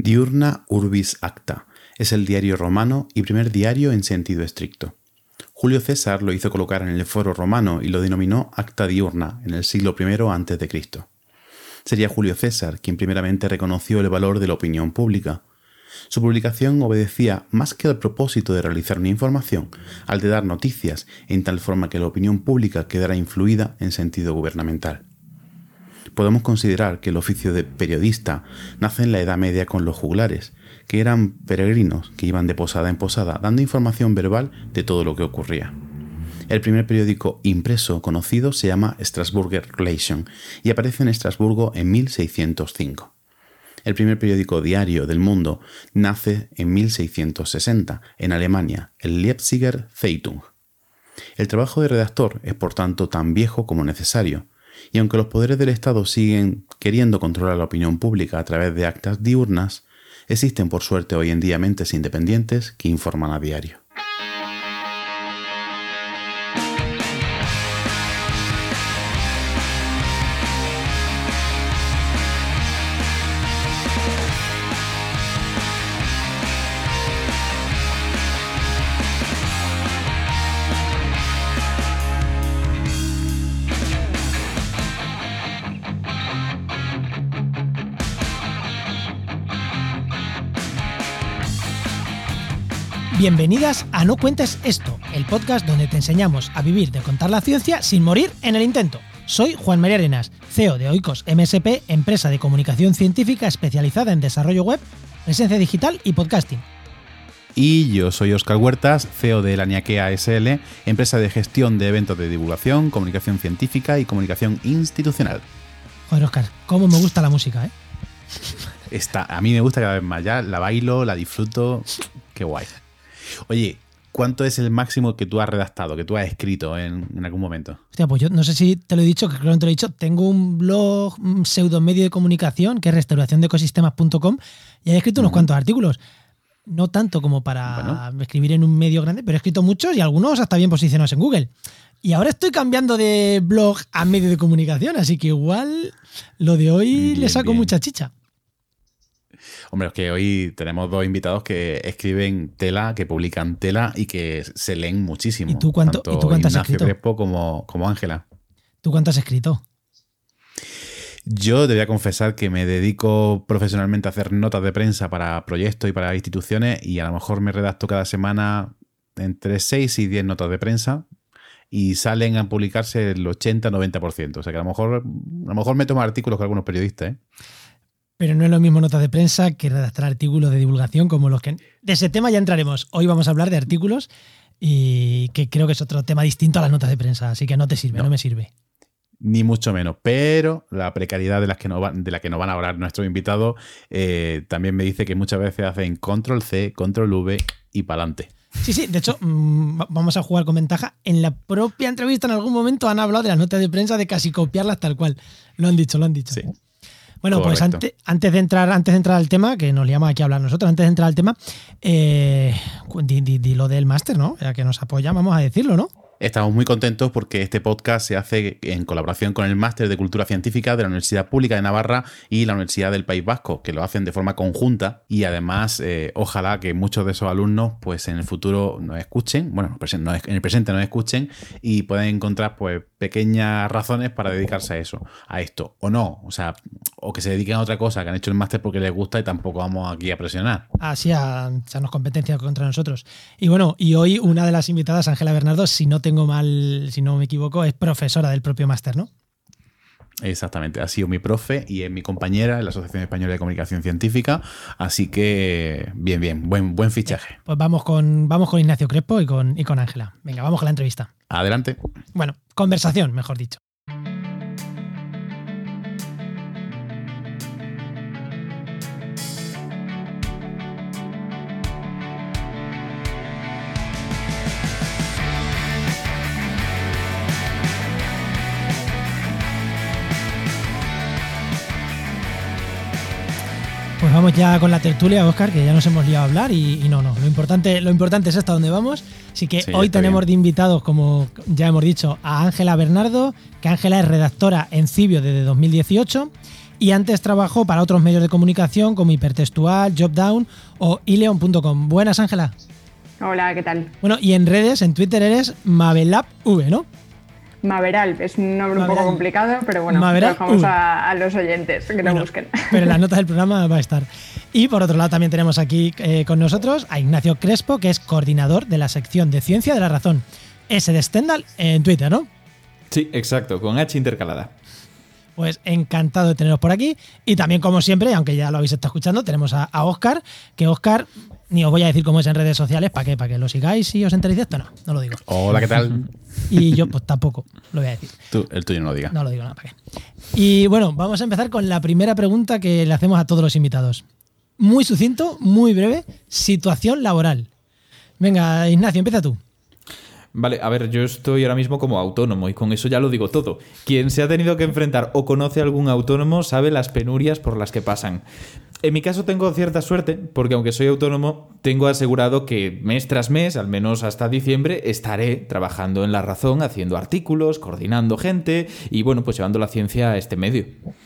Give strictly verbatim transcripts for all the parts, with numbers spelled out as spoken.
Diurna Urbis Acta. Es el diario romano y primer diario en sentido estricto. Julio César lo hizo colocar en el foro romano y lo denominó Acta Diurna en el siglo primero antes de Cristo. Sería Julio César quien primeramente reconoció el valor de la opinión pública. Su publicación obedecía más que al propósito de realizar una información, al de dar noticias en tal forma que la opinión pública quedara influida en sentido gubernamental. Podemos considerar que el oficio de periodista nace en la Edad Media con los juglares, que eran peregrinos que iban de posada en posada dando información verbal de todo lo que ocurría. El primer periódico impreso conocido se llama Strasburger Relation y aparece en Estrasburgo en mil seiscientos cinco. El primer periódico diario del mundo nace en mil seiscientos sesenta, en Alemania, el Leipziger Zeitung. El trabajo de redactor es por tanto tan viejo como necesario, y aunque los poderes del Estado siguen queriendo controlar la opinión pública a través de actas diurnas, existen por suerte hoy en día mentes independientes que informan a diario. Bienvenidas a No Cuentes Esto, el podcast donde te enseñamos a vivir de contar la ciencia sin morir en el intento. Soy Juan María Arenas, C E O de Oikos M S P, empresa de comunicación científica especializada en desarrollo web, presencia digital y podcasting. Y yo soy Óscar Huertas, C E O de Laniakea S L, empresa de gestión de eventos de divulgación, comunicación científica y comunicación institucional. Joder, Óscar, cómo me gusta la música, ¿eh? Esta, a mí me gusta cada vez más, ya la bailo, la disfruto, qué guay. Oye, ¿cuánto es el máximo que tú has redactado, que tú has escrito en, en algún momento? Hostia, pues yo no sé si te lo he dicho, que creo que no te lo he dicho. Tengo un blog, un pseudo medio de comunicación, que es restauración de ecosistemas punto com, y he escrito unos mm. cuantos artículos. No tanto como para bueno. escribir en un medio grande, pero he escrito muchos y algunos hasta bien posicionados en Google. Y ahora estoy cambiando de blog a medio de comunicación, así que igual lo de hoy bien, le saco bien. mucha chicha. Hombre, es que hoy tenemos dos invitados que escriben tela, que publican tela y que se leen muchísimo. ¿Y tú cuánto, tanto ¿y tú cuánto has Ignacio escrito? Crespo como, como Ángela. ¿Tú cuánto has escrito? Yo te voy a confesar que me dedico profesionalmente a hacer notas de prensa para proyectos y para instituciones y a lo mejor me redacto cada semana entre seis y diez notas de prensa y salen a publicarse el ochenta noventa por ciento. O sea que a lo mejor, a lo mejor me tomo artículos con algunos periodistas, ¿eh? Pero no es lo mismo notas de prensa que redactar artículos de divulgación como los que... De ese tema ya entraremos. Hoy vamos a hablar de artículos y que creo que es otro tema distinto a las notas de prensa, así que no te sirve, no, no me sirve. Ni mucho menos, pero la precariedad de, las que no va, de la que nos van a hablar nuestros invitados eh, también me dice que muchas veces hacen control C, control V y pa'lante. Sí, sí, de hecho, mmm, vamos a jugar con ventaja. En la propia entrevista en algún momento han hablado de las notas de prensa de casi copiarlas tal cual. Lo han dicho, lo han dicho. Sí. Bueno, correcto. Pues ante, antes, de entrar, antes de entrar al tema, que nos liamos aquí a hablar nosotros, antes de entrar al tema, eh, di, di, di lo del máster, ¿no? Ya que nos apoya, vamos a decirlo, ¿no? Estamos muy contentos porque este podcast se hace en colaboración con el Máster de Cultura Científica de la Universidad Pública de Navarra y la Universidad del País Vasco, que lo hacen de forma conjunta y además eh, ojalá que muchos de esos alumnos pues en el futuro nos escuchen, bueno, en el presente nos escuchen y puedan encontrar pues pequeñas razones para dedicarse a eso, a esto, o no, o sea, o que se dediquen a otra cosa, que han hecho el máster porque les gusta y tampoco vamos aquí a presionar. Así a echarnos competencia contra nosotros. Y bueno, y hoy una de las invitadas, Ángela Bernardo, si no te tengo mal, si no me equivoco, es profesora del propio máster, ¿no? Exactamente, ha sido mi profe y es mi compañera en la Asociación Española de Comunicación Científica, así que bien, bien, buen, buen fichaje. Pues vamos con, vamos con Ignacio Crespo y con y con Ángela. Venga, vamos con la entrevista. Adelante. Bueno, conversación, mejor dicho. Pues vamos ya con la tertulia, Óscar, que ya nos hemos liado a hablar y, y no, no, lo importante, lo importante es hasta dónde vamos. Así que sí, hoy tenemos bien. de invitados, como ya hemos dicho, a Ángela Bernardo, que Ángela es redactora en Cibio desde dos mil dieciocho y antes trabajó para otros medios de comunicación como Hipertextual, Jobdown o ileon punto com. Buenas, Ángela. Hola, ¿qué tal? Bueno, y en redes, en Twitter eres Mavelab V, ¿no? Maveral, es un nombre Maveral. un poco complicado, pero bueno, Maveral, lo dejamos uh. a, a los oyentes que bueno, lo busquen. Pero en las notas del programa va a estar. Y por otro lado también tenemos aquí eh, con nosotros a Ignacio Crespo, que es coordinador de la sección de Ciencia de la Razón, S de Stendhal en Twitter, ¿no? Sí, exacto, con H intercalada. Pues encantado de teneros por aquí. Y también, como siempre, aunque ya lo habéis estado escuchando, tenemos a, a Óscar, que Óscar, ni os voy a decir cómo es en redes sociales, ¿para qué? ¿Para que lo sigáis y os enteréis de esto? No, no lo digo. Hola, ¿qué tal? Y yo pues tampoco lo voy a decir. Tú, el tuyo no lo diga. No lo digo, nada, ¿para qué? Y bueno, vamos a empezar con la primera pregunta que le hacemos a todos los invitados. Muy sucinto, muy breve, situación laboral. Venga, Ignacio, empieza tú. Vale, a ver, yo estoy ahora mismo como autónomo y con eso ya lo digo todo. Quien se ha tenido que enfrentar o conoce a algún autónomo sabe las penurias por las que pasan. En mi caso tengo cierta suerte porque aunque soy autónomo, tengo asegurado que mes tras mes, al menos hasta diciembre, estaré trabajando en La Razón, haciendo artículos, coordinando gente y bueno, pues llevando la ciencia a este medio.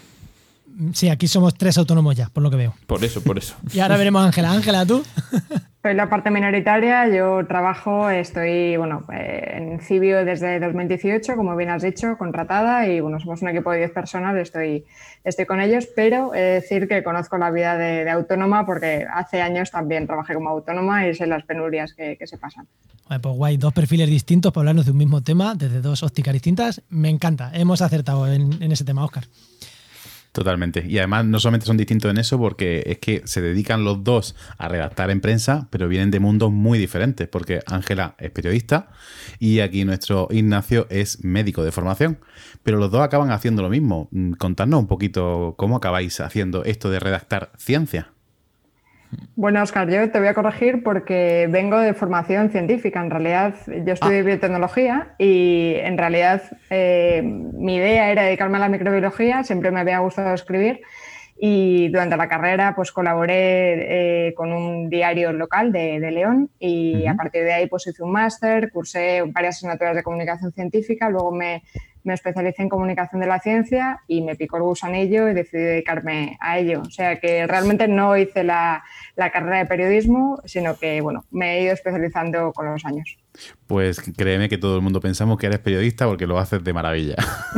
Sí, aquí somos tres autónomos ya, por lo que veo. Por eso, por eso. Y ahora veremos a Ángela. Ángela, ¿tú? Soy la parte minoritaria, yo trabajo, estoy bueno, eh, en Cibio desde dos mil dieciocho, como bien has dicho, contratada y bueno, somos un equipo de diez personas, estoy, estoy con ellos, pero he de decir que conozco la vida de, de autónoma porque hace años también trabajé como autónoma y sé las penurias que, que se pasan. Bueno, pues guay, dos perfiles distintos para hablarnos de un mismo tema desde dos ópticas distintas. Me encanta, hemos acertado en, en ese tema, Óscar. Totalmente. Y además no solamente son distintos en eso porque es que se dedican los dos a redactar en prensa, pero vienen de mundos muy diferentes porque Ángela es periodista y aquí nuestro Ignacio es médico de formación. Pero los dos acaban haciendo lo mismo. Contadnos un poquito cómo acabáis haciendo esto de redactar ciencia. Bueno, Óscar, yo te voy a corregir porque vengo de formación científica. En realidad, yo estudié ah. biotecnología y en realidad eh, mi idea era dedicarme a la microbiología. Siempre me había gustado escribir y durante la carrera pues colaboré eh, con un diario local de, de León y uh-huh. a partir de ahí pues hice un máster, cursé varias asignaturas de comunicación científica, luego me... Me especialicé en comunicación de la ciencia y me picó el gusanillo y decidí dedicarme a ello. O sea que realmente no hice la, la carrera de periodismo, sino que bueno, me he ido especializando con los años. Pues créeme que todo el mundo pensamos que eres periodista porque lo haces de maravilla.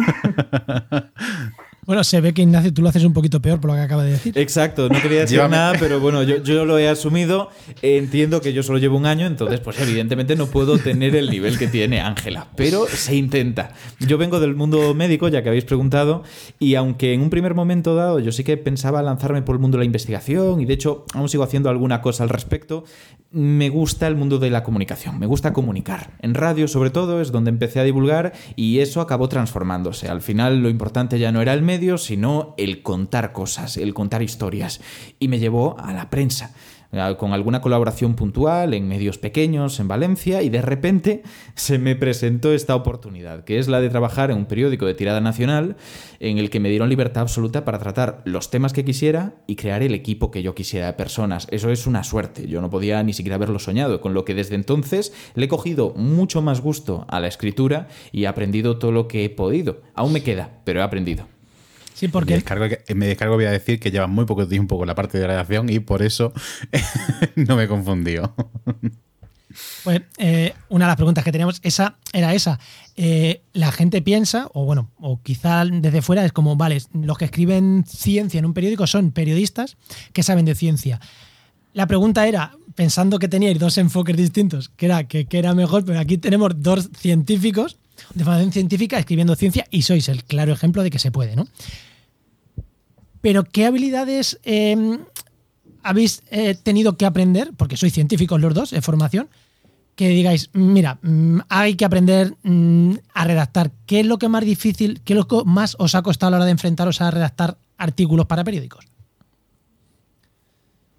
Bueno, se ve que Ignacio tú lo haces un poquito peor por lo que acaba de decir. Exacto, no quería decir nada, pero bueno, yo, yo lo he asumido. Entiendo que yo solo llevo un año, entonces pues evidentemente no puedo tener el nivel que tiene Ángela, pero se intenta. Yo vengo del mundo médico, ya que habéis preguntado, y aunque en un primer momento dado yo sí que pensaba lanzarme por el mundo de la investigación y de hecho aún sigo haciendo alguna cosa al respecto, me gusta el mundo de la comunicación, me gusta comunicar. En radio sobre todo es donde empecé a divulgar y eso acabó transformándose. Al final lo importante ya no era el medio, sino el contar cosas, el contar historias. Y me llevó a la prensa, con alguna colaboración puntual en medios pequeños en Valencia y de repente se me presentó esta oportunidad, que es la de trabajar en un periódico de tirada nacional en el que me dieron libertad absoluta para tratar los temas que quisiera y crear el equipo que yo quisiera de personas. Eso es una suerte, yo no podía ni siquiera haberlo soñado, con lo que desde entonces le he cogido mucho más gusto a la escritura y he aprendido todo lo que he podido. Aún me queda, pero he aprendido. Sí, porque me descargo, me descargo voy a decir que llevas muy poco tiempo con la parte de redacción y por eso no me he confundido. Pues eh, una de las preguntas que teníamos esa, era esa. Eh, la gente piensa, o bueno, o quizá desde fuera es como, vale, los que escriben ciencia en un periódico son periodistas que saben de ciencia. La pregunta era, pensando que teníais dos enfoques distintos, que era que, que era mejor, pero aquí tenemos dos científicos de formación científica escribiendo ciencia y sois el claro ejemplo de que se puede, ¿no? Pero ¿qué habilidades eh, habéis eh, tenido que aprender? Porque sois científicos los dos en formación, que digáis, mira, hay que aprender a redactar. ¿Qué es lo que más difícil, qué es lo que más os ha costado a la hora de enfrentaros a redactar artículos para periódicos?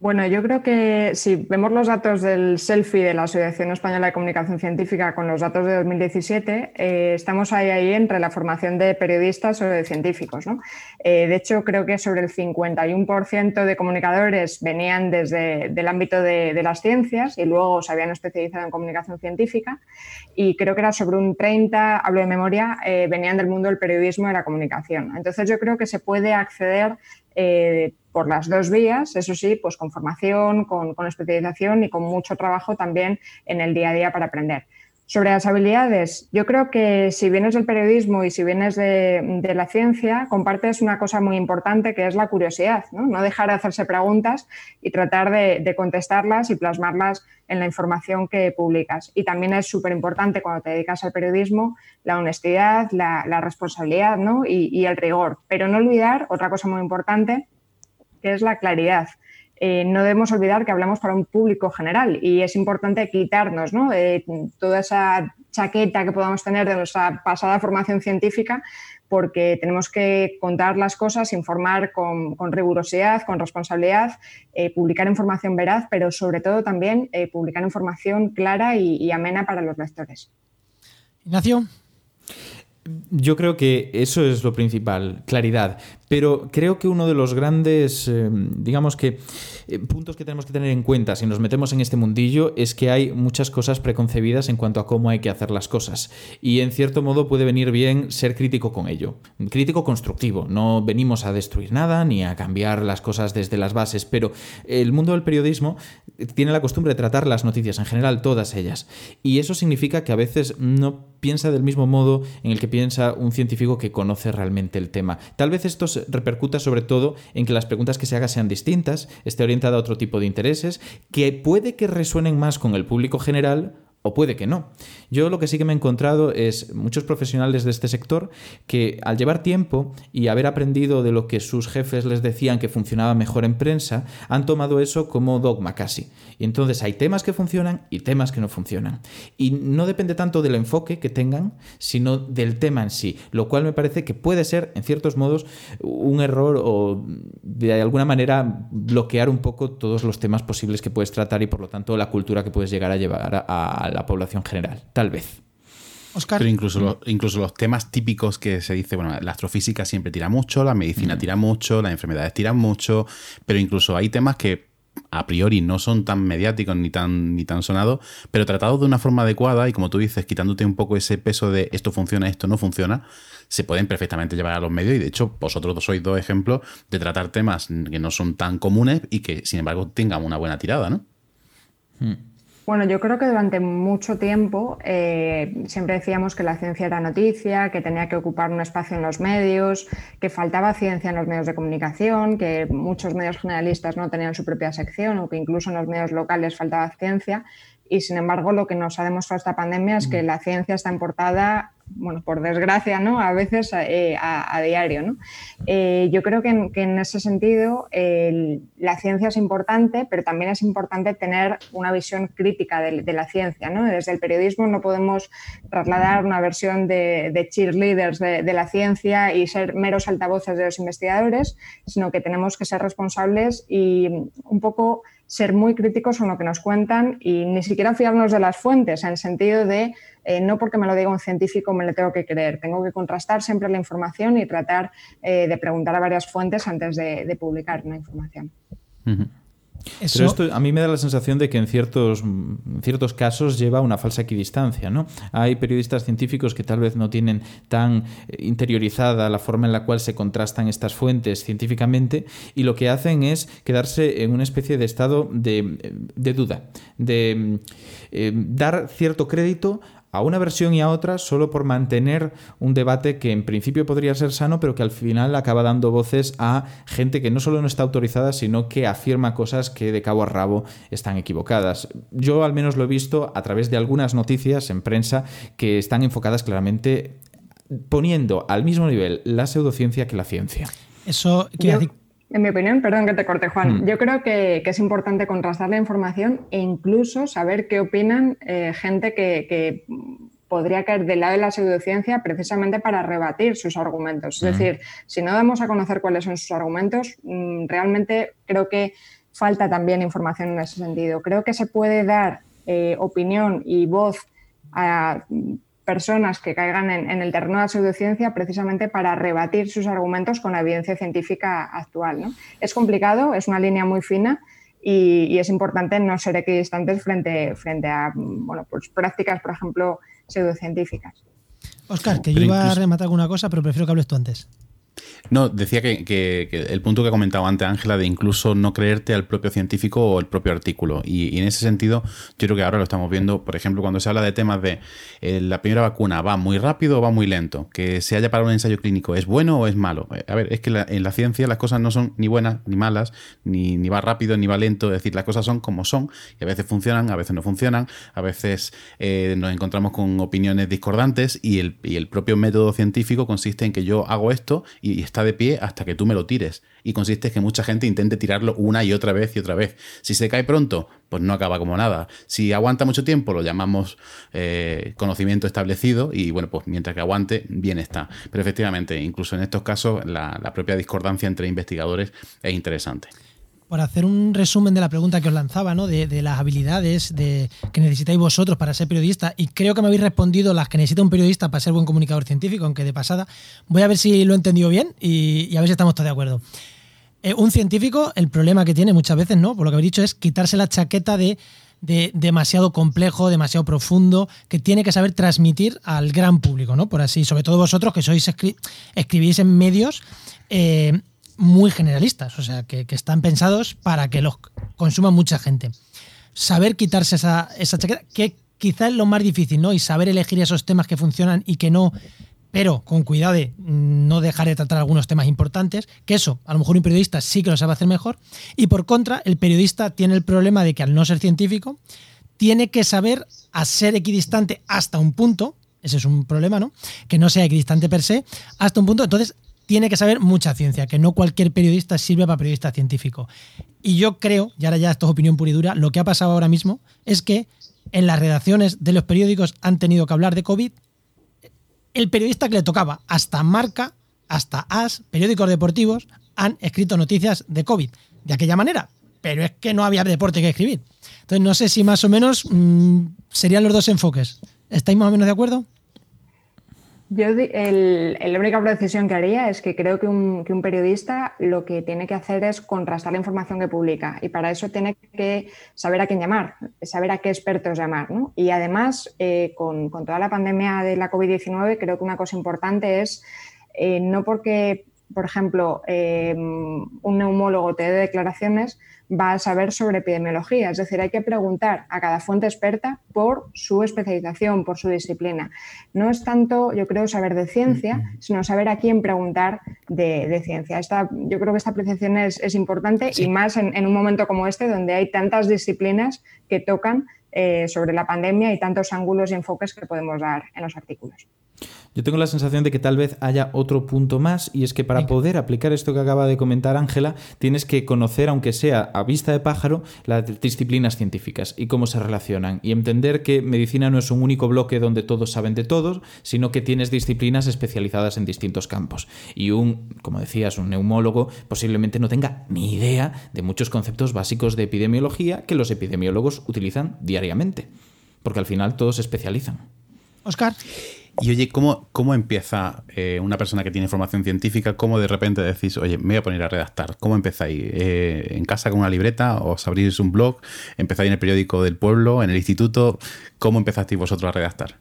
Bueno, yo creo que si vemos los datos del SELFI de la Asociación Española de Comunicación Científica con los datos de dos mil diecisiete, eh, estamos ahí, ahí entre la formación de periodistas o de científicos, ¿no? Eh, de hecho, creo que sobre el cincuenta y uno por ciento de comunicadores venían desde el ámbito de, de las ciencias y luego se habían especializado en comunicación científica, y creo que era sobre un treinta, hablo de memoria, eh, venían del mundo del periodismo y la comunicación. Entonces yo creo que se puede acceder eh, por las dos vías, eso sí, pues con formación, con, con especialización y con mucho trabajo también en el día a día para aprender. Sobre las habilidades, yo creo que si vienes del periodismo y si vienes de, de la ciencia, compartes una cosa muy importante que es la curiosidad, ¿no? No dejar de hacerse preguntas y tratar de, de contestarlas y plasmarlas en la información que publicas. Y también es súper importante cuando te dedicas al periodismo la honestidad, la, la responsabilidad, ¿no? y, y el rigor. Pero no olvidar otra cosa muy importante, que es la claridad. Eh, no debemos olvidar que hablamos para un público general y es importante quitarnos, ¿no? eh, toda esa chaqueta que podamos tener de nuestra pasada formación científica, porque tenemos que contar las cosas, informar con, con rigurosidad, con responsabilidad, eh, publicar información veraz, pero sobre todo también eh, publicar información clara y, y amena para los lectores. Ignacio. Yo creo que eso es lo principal, claridad. Pero creo que uno de los grandes, eh, digamos que, eh, puntos que tenemos que tener en cuenta si nos metemos en este mundillo es que hay muchas cosas preconcebidas en cuanto a cómo hay que hacer las cosas. Y en cierto modo puede venir bien ser crítico con ello. Crítico constructivo. No venimos a destruir nada ni a cambiar las cosas desde las bases, pero el mundo del periodismo tiene la costumbre de tratar las noticias, en general todas ellas. Y eso significa que a veces no piensa del mismo modo en el que piensa un científico que conoce realmente el tema. Tal vez esto repercuta sobre todo en que las preguntas que se hagan sean distintas, esté orientada a otro tipo de intereses, que puede que resuenen más con el público general o puede que no. Yo lo que sí que me he encontrado es muchos profesionales de este sector que al llevar tiempo y haber aprendido de lo que sus jefes les decían que funcionaba mejor en prensa, han tomado eso como dogma casi. Y entonces hay temas que funcionan y temas que no funcionan. Y no depende tanto del enfoque que tengan, sino del tema en sí, lo cual me parece que puede ser, en ciertos modos, un error o de alguna manera bloquear un poco todos los temas posibles que puedes tratar y por lo tanto la cultura que puedes llegar a llevar a, a la población general, tal vez. Oscar. Pero incluso, los, incluso los temas típicos que se dice, bueno, la astrofísica siempre tira mucho, la medicina mm. tira mucho, las enfermedades tiran mucho, pero incluso hay temas que a priori no son tan mediáticos ni tan, ni tan sonados, pero tratados de una forma adecuada y como tú dices, quitándote un poco ese peso de esto funciona, esto no funciona, se pueden perfectamente llevar a los medios y de hecho vosotros sois dos ejemplos de tratar temas que no son tan comunes y que sin embargo tengan una buena tirada, ¿no? Mm. Bueno, yo creo que durante mucho tiempo eh, siempre decíamos que la ciencia era noticia, que tenía que ocupar un espacio en los medios, que faltaba ciencia en los medios de comunicación, que muchos medios generalistas no tenían su propia sección o que incluso en los medios locales faltaba ciencia. Y sin embargo, lo que nos ha demostrado esta pandemia es que la ciencia está en portada, bueno, por desgracia, ¿no? A veces eh, a, a diario, ¿no? Eh, yo creo que en, que en ese sentido eh, la ciencia es importante, pero también es importante tener una visión crítica de, de la ciencia, ¿no? Desde el periodismo no podemos trasladar una versión de, de cheerleaders de, de la ciencia y ser meros altavoces de los investigadores, sino que tenemos que ser responsables y un poco ser muy críticos con lo que nos cuentan y ni siquiera fiarnos de las fuentes, en el sentido de eh, no porque me lo diga un científico me lo tengo que creer, tengo que contrastar siempre la información y tratar eh, de preguntar a varias fuentes antes de, de publicar una información. Uh-huh. Eso... Pero esto a mí me da la sensación de que en ciertos, en ciertos casos lleva una falsa equidistancia, ¿no? Hay periodistas científicos que tal vez no tienen tan interiorizada la forma en la cual se contrastan estas fuentes científicamente y lo que hacen es quedarse en una especie de estado de, de duda, de eh, dar cierto crédito a una versión y a otra solo por mantener un debate que en principio podría ser sano, pero que al final acaba dando voces a gente que no solo no está autorizada, sino que afirma cosas que de cabo a rabo están equivocadas. Yo al menos lo he visto a través de algunas noticias en prensa que están enfocadas claramente poniendo al mismo nivel la pseudociencia que la ciencia. Eso quiere decir... En mi opinión, perdón que te corte, Juan, mm. yo creo que, que es importante contrastar la información e incluso saber qué opinan eh, gente que, que podría caer del lado de la pseudociencia precisamente para rebatir sus argumentos. Mm. Es decir, si no damos a conocer cuáles son sus argumentos, realmente creo que falta también información en ese sentido. Creo que se puede dar eh, opinión y voz a personas que caigan en, en el terreno de la pseudociencia precisamente para rebatir sus argumentos con la evidencia científica actual, ¿no? Es complicado, es una línea muy fina y, y es importante no ser equidistantes frente, frente a bueno, pues prácticas, por ejemplo, pseudocientíficas. Óscar, que yo iba incluso... a rematar alguna cosa, pero prefiero que hables tú antes. No, decía que, que, que el punto que ha comentado antes Ángela de incluso no creerte al propio científico o el propio artículo. Y, y en ese sentido, yo creo que ahora lo estamos viendo, por ejemplo, cuando se habla de temas de eh, la primera vacuna va muy rápido o va muy lento, que se haya para un ensayo clínico, ¿es bueno o es malo? A ver, es que la, en la ciencia las cosas no son ni buenas ni malas, ni, ni va rápido ni va lento, es decir, las cosas son como son y a veces funcionan, a veces no funcionan, a veces eh, nos encontramos con opiniones discordantes y el, y el propio método científico consiste en que yo hago esto y, y está de pie hasta que tú me lo tires. Y consiste en que mucha gente intente tirarlo una y otra vez y otra vez. Si se cae pronto, pues no acaba como nada. Si aguanta mucho tiempo, lo llamamos eh, conocimiento establecido y bueno, pues mientras que aguante, bien está. Pero efectivamente, incluso en estos casos, la, la propia discordancia entre investigadores es interesante. Por hacer un resumen de la pregunta que os lanzaba, ¿no? de, de las habilidades de, que necesitáis vosotros para ser periodista, y creo que me habéis respondido las que necesita un periodista para ser buen comunicador científico, aunque de pasada. Voy a ver si lo he entendido bien y, y a ver si estamos todos de acuerdo. Eh, un científico, el problema que tiene muchas veces, ¿no? Por lo que habéis dicho, es quitarse la chaqueta de, de demasiado complejo, demasiado profundo, que tiene que saber transmitir al gran público, ¿no? Por así, sobre todo vosotros que sois escri- escribís en medios eh, muy generalistas, o sea, que, que están pensados para que los consuma mucha gente. Saber quitarse esa, esa chaqueta, que quizás es lo más difícil, ¿no? Y saber elegir esos temas que funcionan y que no, pero con cuidado de no dejar de tratar algunos temas importantes, que eso, a lo mejor un periodista sí que lo sabe hacer mejor. Y por contra, el periodista tiene el problema de que al no ser científico, tiene que saber a ser equidistante hasta un punto, ese es un problema, ¿no? Que no sea equidistante per se, hasta un punto, entonces tiene que saber mucha ciencia, que no cualquier periodista sirve para periodista científico. Y yo creo, y ahora ya esto es opinión pura y dura, lo que ha pasado ahora mismo es que en las redacciones de los periódicos han tenido que hablar de COVID el periodista que le tocaba. Hasta Marca, hasta As, periódicos deportivos, han escrito noticias de COVID de aquella manera, pero es que no había deporte que escribir. Entonces no sé si más o menos mmm, serían los dos enfoques. ¿Estáis más o menos de acuerdo? Yo el, la única precisión que haría es que creo que un, que un periodista lo que tiene que hacer es contrastar la información que publica y para eso tiene que saber a quién llamar, saber a qué expertos llamar, ¿no? Y además, eh, con, con toda la pandemia de la COVID diecinueve, creo que una cosa importante es eh, no porque, por ejemplo, eh, un neumólogo te dé declaraciones, va a saber sobre epidemiología. Es decir, hay que preguntar a cada fuente experta por su especialización, por su disciplina. No es tanto, yo creo, saber de ciencia, sino saber a quién preguntar de, de ciencia. Esta, yo creo que esta apreciación es, es importante sí. Y más en, en un momento como este, donde hay tantas disciplinas que tocan eh, sobre la pandemia y tantos ángulos y enfoques que podemos dar en los artículos. Yo tengo la sensación de que tal vez haya otro punto más y es que para poder aplicar esto que acaba de comentar Ángela tienes que conocer, aunque sea a vista de pájaro, las disciplinas científicas y cómo se relacionan y entender que medicina no es un único bloque donde todos saben de todos, sino que tienes disciplinas especializadas en distintos campos y un, como decías, un neumólogo posiblemente no tenga ni idea de muchos conceptos básicos de epidemiología que los epidemiólogos utilizan diariamente, porque al final todos se especializan. Óscar. Y oye, ¿cómo, cómo empieza eh, una persona que tiene formación científica? ¿Cómo de repente decís, oye, me voy a poner a redactar? ¿Cómo empezáis? Eh, ¿En casa con una libreta? ¿Os abrís un blog? ¿Empezáis en el periódico del pueblo? ¿En el instituto? ¿Cómo empezasteis vosotros a redactar?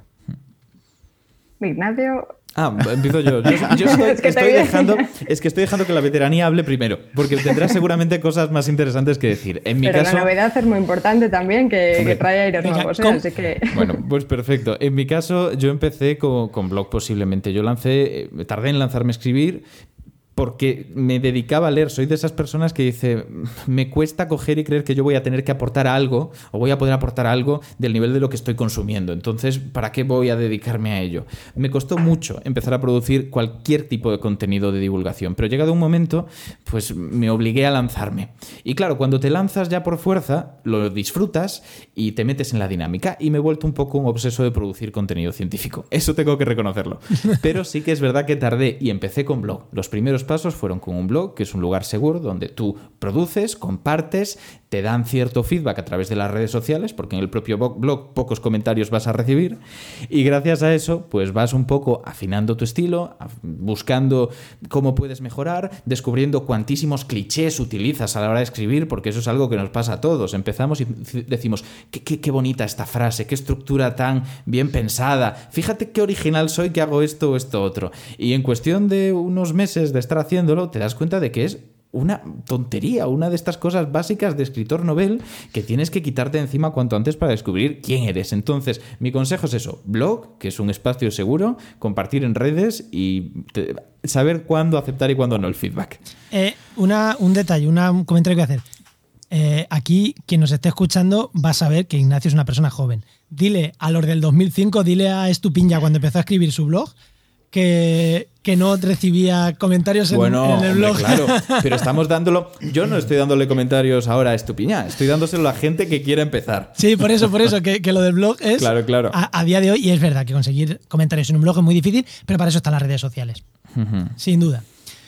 Ignacio... Ah, empiezo yo. Yo, yo estoy, es, que estoy dejando, es que estoy dejando que la veteranía hable primero, porque tendrá seguramente cosas más interesantes que decir. En mi Pero caso, la novedad es muy importante también, que, que trae aires nuevos, ¿eh? Así que... Bueno, pues perfecto. En mi caso, yo empecé con, con blog posiblemente. Yo lancé, tardé en lanzarme a escribir, porque me dedicaba a leer. Soy de esas personas que dice, me cuesta coger y creer que yo voy a tener que aportar algo o voy a poder aportar algo del nivel de lo que estoy consumiendo. Entonces, ¿para qué voy a dedicarme a ello? Me costó mucho empezar a producir cualquier tipo de contenido de divulgación, pero llegado un momento, pues me obligué a lanzarme. Y claro, cuando te lanzas ya por fuerza, lo disfrutas y te metes en la dinámica y me he vuelto un poco un obseso de producir contenido científico. Eso tengo que reconocerlo. Pero sí que es verdad que tardé y empecé con blog. Los primeros pasos fueron con un blog, que es un lugar seguro donde tú produces, compartes, te dan cierto feedback a través de las redes sociales, porque en el propio blog pocos comentarios vas a recibir, y gracias a eso pues vas un poco afinando tu estilo, buscando cómo puedes mejorar, descubriendo cuantísimos clichés utilizas a la hora de escribir, porque eso es algo que nos pasa a todos. Empezamos y decimos, qué, qué, qué bonita esta frase, qué estructura tan bien pensada, fíjate qué original soy que hago esto o esto otro. Y en cuestión de unos meses de estar haciéndolo, te das cuenta de que es una tontería, una de estas cosas básicas de escritor novel que tienes que quitarte de encima cuanto antes para descubrir quién eres. Entonces, mi consejo es eso, blog, que es un espacio seguro, compartir en redes y te, saber cuándo aceptar y cuándo no el feedback. Eh, una, un detalle, una, un comentario que voy a hacer. Eh, aquí, quien nos esté escuchando va a saber que Ignacio es una persona joven. Dile a los del dos mil cinco, dile a Estupiña cuando empezó a escribir su blog que, que no recibía comentarios en, bueno, en el blog. Hombre, claro, pero estamos dándolo... Yo no estoy dándole comentarios ahora a Estupiñá, estoy dándoselo a la gente que quiera empezar. Sí, por eso, por eso, que, que lo del blog es... Claro, claro. A, a día de hoy, y es verdad que conseguir comentarios en un blog es muy difícil, pero para eso están las redes sociales. Uh-huh. Sin duda.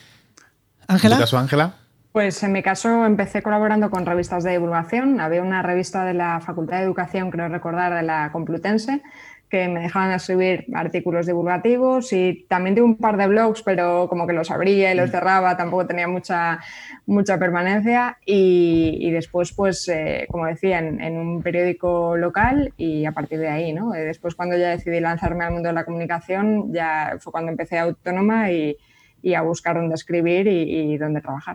¿Ángela? ¿En tu caso, Ángela? Pues en mi caso empecé colaborando con revistas de divulgación. Había una revista de la Facultad de Educación, creo recordar, de la Complutense, que me dejaban escribir artículos divulgativos, y también tuve un par de blogs, pero como que los abría y los cerraba, tampoco tenía mucha, mucha permanencia. Y, y después, pues, eh, como decía, en, en un periódico local, y a partir de ahí, ¿no? Después, cuando ya decidí lanzarme al mundo de la comunicación, ya fue cuando empecé autónoma y, y a buscar dónde escribir y, y dónde trabajar.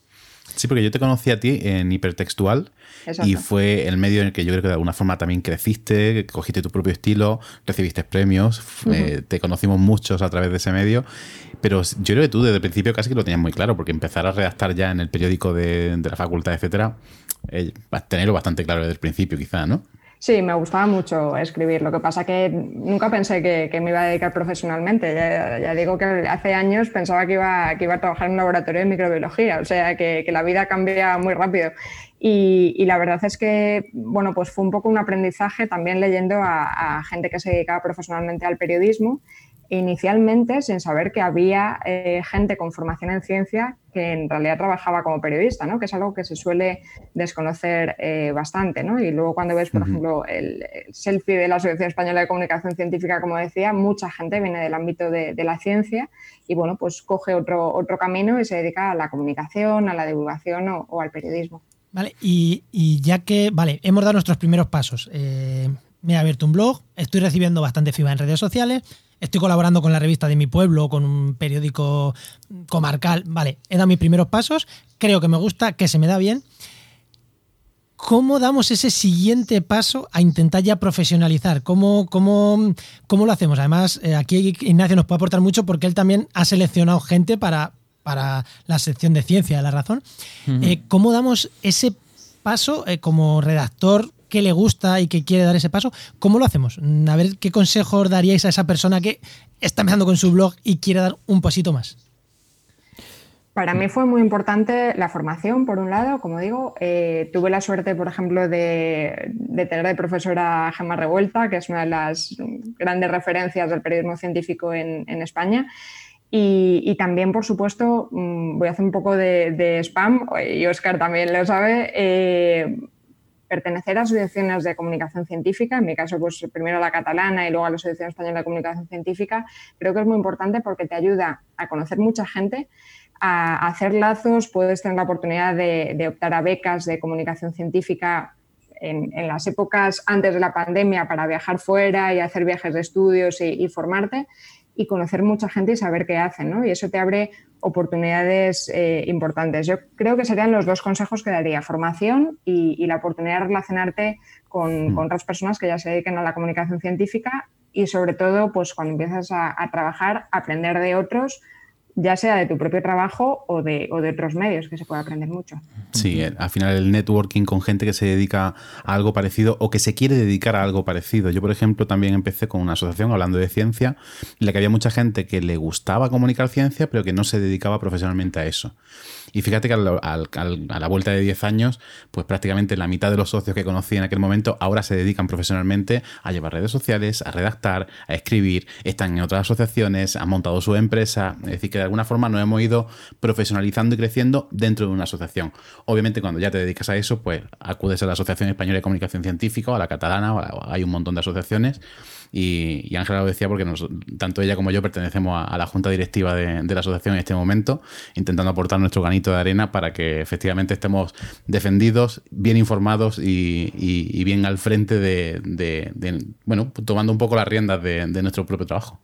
Sí, porque yo te conocí a ti en Hipertextual. Exacto. Y fue el medio en el que yo creo que de alguna forma también creciste, cogiste tu propio estilo, recibiste premios, uh-huh. eh, te conocimos muchos a través de ese medio, pero yo creo que tú desde el principio casi que lo tenías muy claro, porque empezar a redactar ya en el periódico de, de la facultad, etcétera, eh, tenerlo bastante claro desde el principio quizá, ¿no? Sí, me gustaba mucho escribir. Lo que pasa que nunca pensé que, que me iba a dedicar profesionalmente. Ya, ya digo que hace años pensaba que iba, que iba a trabajar en un laboratorio de microbiología. O sea, que, que la vida cambia muy rápido. Y, y la verdad es que, bueno, pues fue un poco un aprendizaje también leyendo a, a gente que se dedicaba profesionalmente al periodismo, inicialmente sin saber que había eh, gente con formación en ciencia que en realidad trabajaba como periodista, ¿no? Que es algo que se suele desconocer eh, bastante, ¿no? Y luego cuando ves, por uh-huh. ejemplo, el, el selfie de la Asociación Española de Comunicación Científica, como decía, mucha gente viene del ámbito de, de la ciencia y, bueno, pues coge otro, otro camino y se dedica a la comunicación, a la divulgación o, o al periodismo. Vale, y, y ya que, vale, hemos dado nuestros primeros pasos. Eh, me he abierto un blog, estoy recibiendo bastante feedback en redes sociales, estoy colaborando con la revista de mi pueblo, con un periódico comarcal. Vale, he dado mis primeros pasos, creo que me gusta, que se me da bien. ¿Cómo damos ese siguiente paso a intentar ya profesionalizar? ¿Cómo, cómo, cómo lo hacemos? Además, eh, aquí Ignacio nos puede aportar mucho porque él también ha seleccionado gente para, para la sección de ciencia de La Razón. Uh-huh. Eh, ¿Cómo damos ese paso eh, como redactor que le gusta y que quiere dar ese paso? ¿Cómo lo hacemos? A ver, ¿qué consejos daríais a esa persona que está empezando con su blog y quiere dar un pasito más? Para mí fue muy importante la formación, por un lado, como digo. Eh, tuve la suerte, por ejemplo, de, de tener de profesora a Gemma Revuelta, que es una de las grandes referencias del periodismo científico en, en España. Y, y también, por supuesto, voy a hacer un poco de, de spam, y Óscar también lo sabe, eh, pertenecer a asociaciones de comunicación científica, en mi caso, pues primero a la catalana y luego a la Asociación Española de Comunicación Científica, creo que es muy importante porque te ayuda a conocer mucha gente, a hacer lazos, puedes tener la oportunidad de, de optar a becas de comunicación científica en, en las épocas antes de la pandemia para viajar fuera y hacer viajes de estudios y, y formarte y conocer mucha gente y saber qué hacen, ¿no? Y eso te abre oportunidades eh, importantes. Yo creo que serían los dos consejos que daría, formación y, y la oportunidad de relacionarte con, mm. con otras personas que ya se dediquen a la comunicación científica y sobre todo, pues cuando empiezas a, a trabajar, aprender de otros, ya sea de tu propio trabajo o de, o de otros medios, que se puede aprender mucho. Sí, al final el networking con gente que se dedica a algo parecido o que se quiere dedicar a algo parecido. Yo, por ejemplo, también empecé con una asociación hablando de ciencia en la que había mucha gente que le gustaba comunicar ciencia, pero que no se dedicaba profesionalmente a eso. Y fíjate que al, al, al, a la vuelta de diez años, pues prácticamente la mitad de los socios que conocí en aquel momento ahora se dedican profesionalmente a llevar redes sociales, a redactar, a escribir, están en otras asociaciones, han montado su empresa. Es decir, que alguna forma nos hemos ido profesionalizando y creciendo dentro de una asociación. Obviamente cuando ya te dedicas a eso, pues acudes a la Asociación Española de Comunicación Científica o a la catalana, o a, hay un montón de asociaciones y, y Ángela lo decía porque nos, tanto ella como yo pertenecemos a, a la junta directiva de, de la asociación en este momento, intentando aportar nuestro granito de arena para que efectivamente estemos defendidos, bien informados y, y, y bien al frente de, de, de, bueno, tomando un poco las riendas de, de nuestro propio trabajo.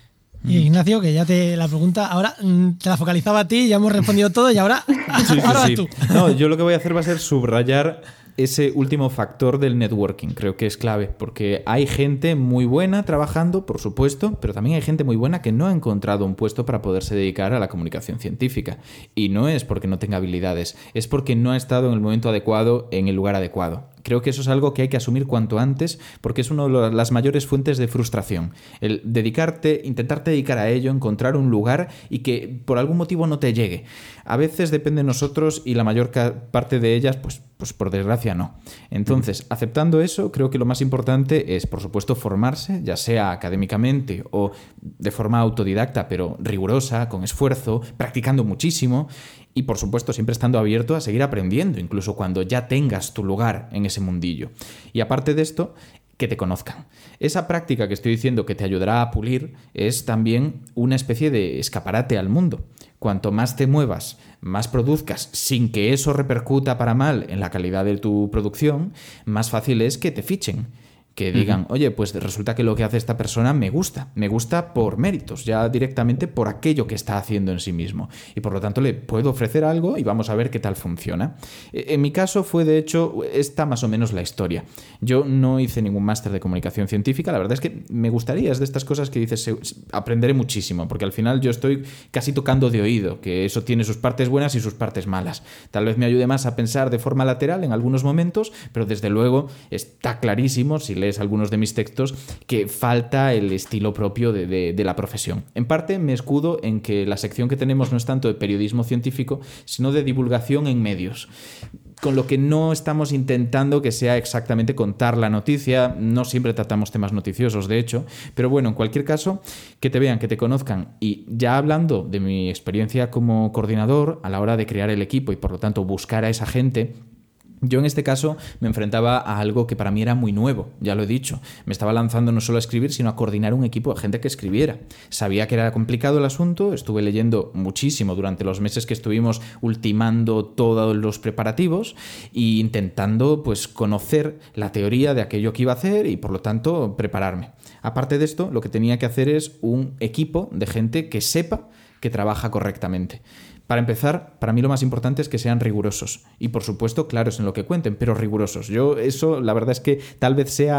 Y Ignacio, que ya te la pregunta, ahora te la focalizaba a ti, ya hemos respondido todo y ahora, sí, sí, ahora sí. tú. No, yo lo que voy a hacer va a ser subrayar ese último factor del networking. Creo que es clave, porque hay gente muy buena trabajando, por supuesto, pero también hay gente muy buena que no ha encontrado un puesto para poderse dedicar a la comunicación científica. Y no es porque no tenga habilidades, es porque no ha estado en el momento adecuado, en el lugar adecuado. Creo que eso es algo que hay que asumir cuanto antes porque es una de las mayores fuentes de frustración. El dedicarte, intentarte dedicar a ello, encontrar un lugar y que por algún motivo no te llegue. A veces depende de nosotros y la mayor parte de ellas, pues, pues por desgracia no. Entonces, aceptando eso, creo que lo más importante es, por supuesto, formarse, ya sea académicamente o de forma autodidacta, pero rigurosa, con esfuerzo, practicando muchísimo. Y, por supuesto, siempre estando abierto a seguir aprendiendo, incluso cuando ya tengas tu lugar en ese mundillo. Y aparte de esto, que te conozcan. Esa práctica que estoy diciendo que te ayudará a pulir es también una especie de escaparate al mundo. Cuanto más te muevas, más produzcas, sin que eso repercuta para mal en la calidad de tu producción, más fácil es que te fichen. Que digan, oye, pues resulta que lo que hace esta persona me gusta, me gusta por méritos, ya directamente por aquello que está haciendo en sí mismo. Y por lo tanto le puedo ofrecer algo y vamos a ver qué tal funciona. En mi caso fue, de hecho, esta más o menos la historia. Yo no hice ningún máster de comunicación científica, la verdad es que me gustaría, es de estas cosas que dices, aprenderé muchísimo, porque al final yo estoy casi tocando de oído, que eso tiene sus partes buenas y sus partes malas. Tal vez me ayude más a pensar de forma lateral en algunos momentos, pero desde luego está clarísimo, si lees algunos de mis textos, que falta el estilo propio de, de, de la profesión. En parte me escudo en que la sección que tenemos no es tanto de periodismo científico, sino de divulgación en medios, con lo que no estamos intentando que sea exactamente contar la noticia, no siempre tratamos temas noticiosos, de hecho, pero bueno, en cualquier caso, que te vean, que te conozcan. Y ya hablando de mi experiencia como coordinador a la hora de crear el equipo y por lo tanto buscar a esa gente, yo en este caso me enfrentaba a algo que para mí era muy nuevo, ya lo he dicho. Me estaba lanzando no solo a escribir, sino a coordinar un equipo de gente que escribiera. Sabía que era complicado el asunto, estuve leyendo muchísimo durante los meses que estuvimos ultimando todos los preparativos e intentando pues, conocer la teoría de aquello que iba a hacer y por lo tanto prepararme. Aparte de esto, lo que tenía que hacer es un equipo de gente que sepa que trabaja correctamente. Para empezar, para mí lo más importante es que sean rigurosos y, por supuesto, claros en lo que cuenten, pero rigurosos. Yo eso, la verdad es que tal vez sea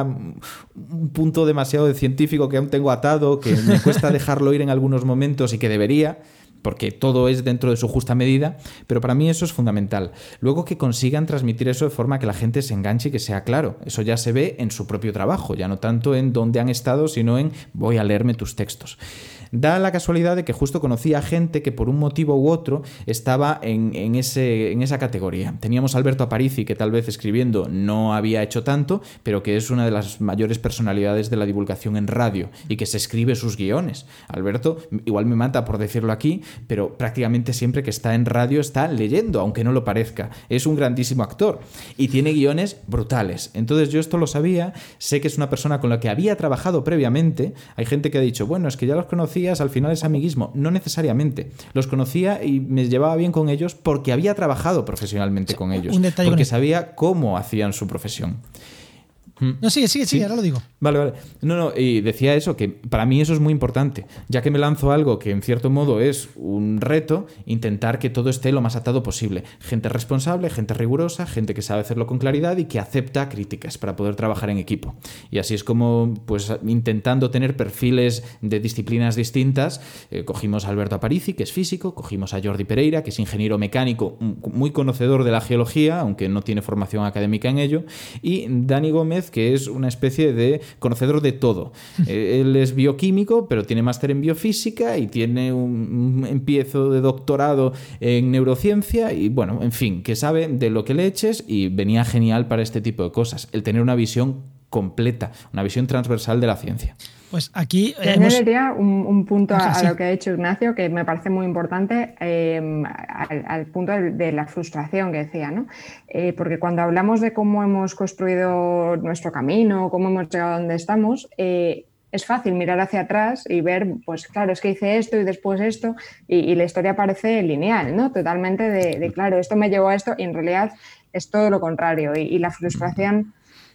un punto demasiado de científico que aún tengo atado, que me cuesta dejarlo ir en algunos momentos y que debería, porque todo es dentro de su justa medida, pero para mí eso es fundamental. Luego que consigan transmitir eso de forma que la gente se enganche y que sea claro. Eso ya se ve en su propio trabajo, ya no tanto en dónde han estado, sino en voy a leerme tus textos. Da la casualidad de que justo conocí a gente que por un motivo u otro estaba en, en, ese, en esa categoría. Teníamos a Alberto Aparici, que tal vez escribiendo no había hecho tanto, pero que es una de las mayores personalidades de la divulgación en radio y que se escribe sus guiones. Alberto igual me mata por decirlo aquí, pero prácticamente siempre que está en radio está leyendo, aunque no lo parezca. Es un grandísimo actor y tiene guiones brutales. Entonces yo esto lo sabía, sé que es una persona con la que había trabajado previamente. Hay gente que ha dicho, bueno, es que ya los conocía, al final es amiguismo. No necesariamente. Los conocía y me llevaba bien con ellos porque había trabajado profesionalmente con ellos. Un detalle porque con sabía cómo hacían su profesión. No, sigue, sigue, sigue, ¿Sí? ahora lo digo. Vale, vale. No, no, y decía eso, que para mí eso es muy importante, ya que me lanzo algo que en cierto modo es un reto, intentar que todo esté lo más atado posible. Gente responsable, gente rigurosa, gente que sabe hacerlo con claridad y que acepta críticas para poder trabajar en equipo. Y así es como, pues, intentando tener perfiles de disciplinas distintas, eh, cogimos a Alberto Aparici, que es físico, cogimos a Jordi Pereira, que es ingeniero mecánico, muy conocedor de la geología, aunque no tiene formación académica en ello, y Dani Gómez, que es una especie de conocedor de todo. Eh, él es bioquímico, pero tiene máster en biofísica y tiene un, un empiezo de doctorado en neurociencia y, bueno, en fin, que sabe de lo que le eches y venía genial para este tipo de cosas. El tener una visión completa, una visión transversal de la ciencia. Pues aquí Yo hemos... añadiría un, un punto a, sí. a lo que ha dicho Ignacio, que me parece muy importante, eh, al, al punto de, de la frustración que decía, ¿no? Eh, porque cuando hablamos de cómo hemos construido nuestro camino, cómo hemos llegado a donde estamos, eh, es fácil mirar hacia atrás y ver, pues claro, es que hice esto y después esto, y, y la historia parece lineal, ¿no? Totalmente de, de, claro, esto me llevó a esto, y en realidad es todo lo contrario, y, y la frustración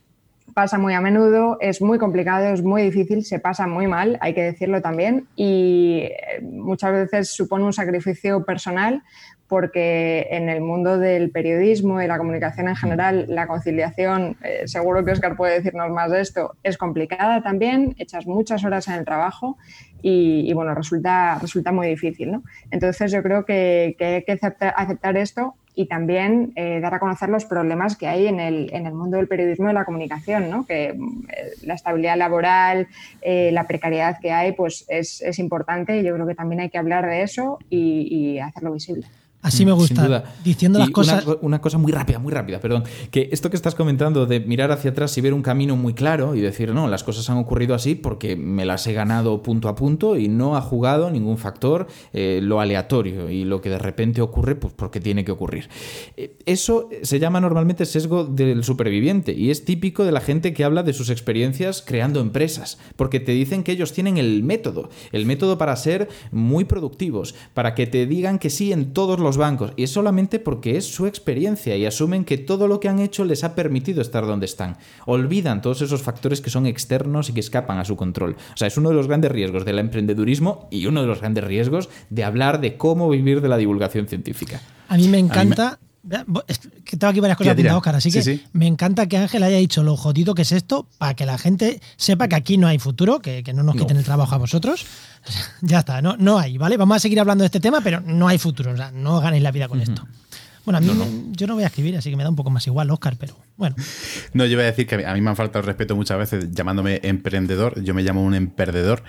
pasa muy a menudo, es muy complicado, es muy difícil, se pasa muy mal, hay que decirlo también, y muchas veces supone un sacrificio personal, porque en el mundo del periodismo y la comunicación en general, la conciliación, eh, seguro que Óscar puede decirnos más de esto, es complicada también, echas muchas horas en el trabajo y, y bueno, resulta, resulta muy difícil, ¿no? Entonces yo creo que, que hay que aceptar, aceptar esto y también eh, dar a conocer los problemas que hay en el, en el mundo del periodismo y de la comunicación, ¿no? Que eh, la estabilidad laboral, eh, la precariedad que hay, pues es, es importante, y yo creo que también hay que hablar de eso y, y hacerlo visible. Así me gusta, sin duda. diciendo y las cosas... Una, una cosa muy rápida, muy rápida, perdón. Que esto que estás comentando de mirar hacia atrás y ver un camino muy claro y decir, no, las cosas han ocurrido así porque me las he ganado punto a punto y no ha jugado ningún factor, eh, lo aleatorio y lo que de repente ocurre, pues porque tiene que ocurrir. Eh, eso se llama normalmente sesgo del superviviente y es típico de la gente que habla de sus experiencias creando empresas, porque te dicen que ellos tienen el método, el método para ser muy productivos, para que te digan que sí en todos los bancos, y es solamente porque es su experiencia y asumen que todo lo que han hecho les ha permitido estar donde están. Olvidan todos esos factores que son externos y que escapan a su control. O sea, es uno de los grandes riesgos del emprendedurismo y uno de los grandes riesgos de hablar de cómo vivir de la divulgación científica. A mí me encanta... Es que tengo aquí varias cosas apuntadas, Óscar, así que sí, sí. Me encanta que Ángel haya dicho lo jodido que es esto, para que la gente sepa que aquí no hay futuro, que, que no nos quiten no. el trabajo a vosotros. Ya está, no, no hay, ¿vale? Vamos a seguir hablando de este tema, pero no hay futuro, o sea, no ganéis la vida con uh-huh. esto. Bueno, a mí no, no. Me, yo no voy a escribir, así que me da un poco más igual, Óscar, pero bueno. No, yo voy a decir que a mí me han faltado el respeto muchas veces llamándome emprendedor. Yo me llamo un emperdedor.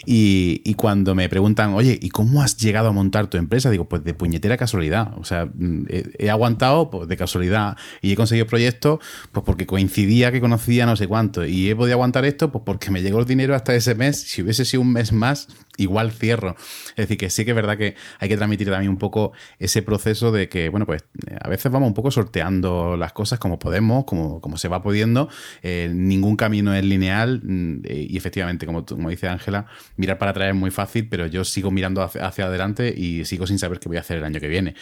Y, y cuando me preguntan, oye, ¿y cómo has llegado a montar tu empresa? Digo, pues de puñetera casualidad. O sea, he, he aguantado pues, de casualidad y he conseguido proyectos pues porque coincidía que conocía no sé cuánto. Y he podido aguantar esto pues porque me llegó el dinero hasta ese mes. Si hubiese sido un mes más, igual cierro. Es decir, que sí que es verdad que hay que transmitir también un poco ese proceso de que, bueno, pues a veces vamos un poco sorteando las cosas como podemos, como, como se va pudiendo. Eh, ningún camino es lineal eh, y efectivamente, como, como dice Ángela, mirar para atrás es muy fácil, pero yo sigo mirando hacia, hacia adelante y sigo sin saber qué voy a hacer el año que viene.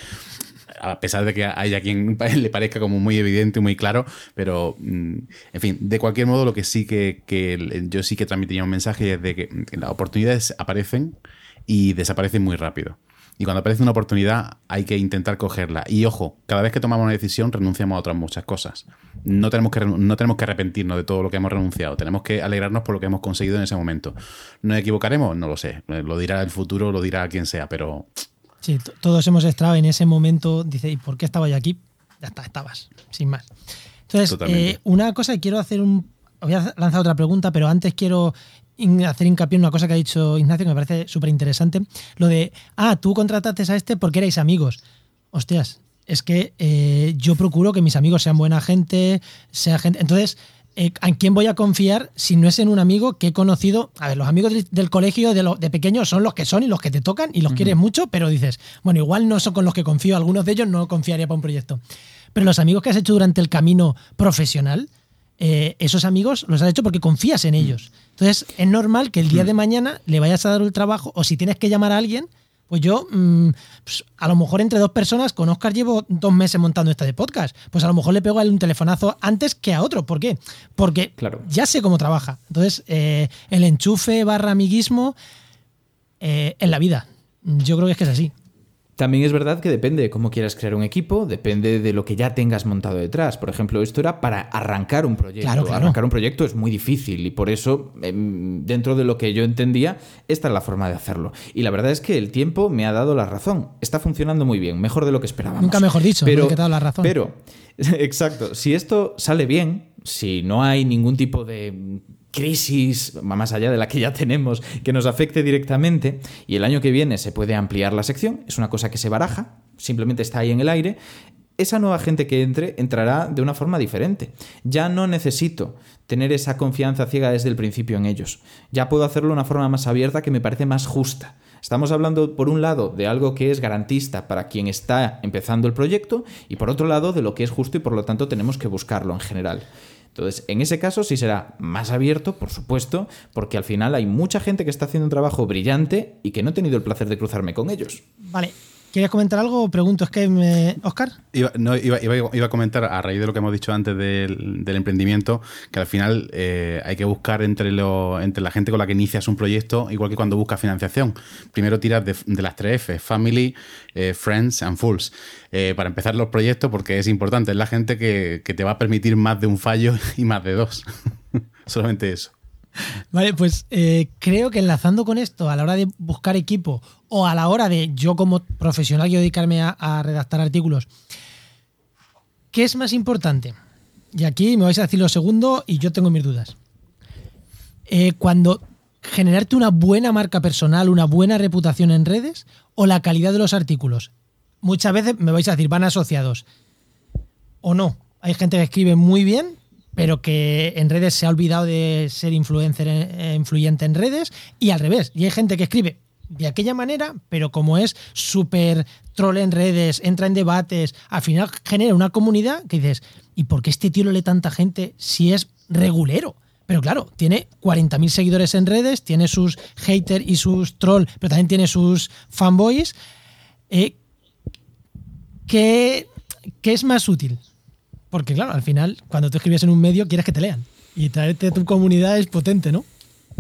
A pesar de que haya quien le parezca como muy evidente, muy claro, pero en fin, de cualquier modo lo que sí que, que yo sí que transmitiría un mensaje es de que las oportunidades aparecen y desaparecen muy rápido. Y cuando aparece una oportunidad hay que intentar cogerla. Y ojo, cada vez que tomamos una decisión renunciamos a otras muchas cosas. No tenemos que, no tenemos que arrepentirnos de todo lo que hemos renunciado. Tenemos que alegrarnos por lo que hemos conseguido en ese momento. ¿Nos equivocaremos? No lo sé. Lo dirá el futuro, lo dirá quien sea, pero... Sí, t- todos hemos estado en ese momento. Dice, ¿y por qué estaba yo aquí? Ya está, estabas, sin más. Entonces, eh, una cosa que quiero hacer un... Voy a lanzar otra pregunta, pero antes quiero hacer hincapié en una cosa que ha dicho Ignacio que me parece súper interesante. Lo de, ah, tú contrataste a este porque erais amigos. Hostias, es que eh, yo procuro que mis amigos sean buena gente, sea gente... Entonces, eh, ¿en quién voy a confiar si no es en un amigo que he conocido? A ver, los amigos del, del colegio de, lo, de pequeño son los que son y los que te tocan y los uh-huh. quieres mucho, pero dices, bueno, igual no son con los que confío, algunos de ellos no confiaría para un proyecto. Pero los amigos que has hecho durante el camino profesional, eh, esos amigos los has hecho porque confías en ellos. Entonces, es normal que el día de mañana le vayas a dar el trabajo o si tienes que llamar a alguien, pues yo, mmm, pues a lo mejor entre dos personas, con Óscar llevo dos meses montando esta de podcast, pues a lo mejor le pego a él un telefonazo antes que a otro. ¿Por qué? Porque claro. ya sé cómo trabaja. Entonces, eh, el enchufe barra amiguismo eh, en la vida. Yo creo que es que es así. También es verdad que depende de cómo quieras crear un equipo, depende de lo que ya tengas montado detrás. Por ejemplo, esto era para arrancar un proyecto. Claro, claro. Arrancar un proyecto es muy difícil y por eso, dentro de lo que yo entendía, esta es la forma de hacerlo. Y la verdad es que el tiempo me ha dado la razón. Está funcionando muy bien, mejor de lo que esperábamos. Nunca mejor dicho, pero, que te ha dado la razón. Pero, exacto, si esto sale bien, si no hay ningún tipo de crisis, más allá de la que ya tenemos, que nos afecte directamente, y el año que viene se puede ampliar la sección, es una cosa que se baraja, simplemente está ahí en el aire, esa nueva gente que entre entrará de una forma diferente. Ya no necesito tener esa confianza ciega desde el principio en ellos. Ya puedo hacerlo de una forma más abierta que me parece más justa. Estamos hablando, por un lado, de algo que es garantista para quien está empezando el proyecto y, por otro lado, de lo que es justo y, por lo tanto, tenemos que buscarlo en general. Entonces, en ese caso sí será más abierto, por supuesto, porque al final hay mucha gente que está haciendo un trabajo brillante y que no he tenido el placer de cruzarme con ellos. Vale. ¿Quieres comentar algo? Pregunto, es que me... ¿Óscar? Iba, no, iba, iba, iba a comentar, a raíz de lo que hemos dicho antes del, del emprendimiento, que al final eh, hay que buscar entre, lo, entre la gente con la que inicias un proyecto, igual que cuando buscas financiación. Primero tiras de, de las tres F, Family, eh, Friends and Fools, eh, para empezar los proyectos, porque es importante, es la gente que, que te va a permitir más de un fallo y más de dos. Solamente eso. Vale, pues eh, creo que enlazando con esto a la hora de buscar equipo o a la hora de yo como profesional yo dedicarme a, a redactar artículos, ¿qué es más importante? Y aquí me vais a decir lo segundo y yo tengo mis dudas. Eh, cuando generarte una buena marca personal, una buena reputación en redes o la calidad de los artículos. Muchas veces me vais a decir, van asociados o no. Hay gente que escribe muy bien, pero que en redes se ha olvidado de ser influencer, eh, influyente en redes, y al revés. Y hay gente que escribe de aquella manera, pero como es súper troll en redes, entra en debates, al final genera una comunidad que dices, ¿y por qué este tío lo lee tanta gente si es regulero? Pero claro, tiene cuarenta mil seguidores en redes, tiene sus haters y sus trolls, pero también tiene sus fanboys. Eh, ¿qué, ¿Qué es más útil? Porque claro, al final, cuando tú escribes en un medio, quieres que te lean. Y traerte a tu comunidad es potente, ¿no?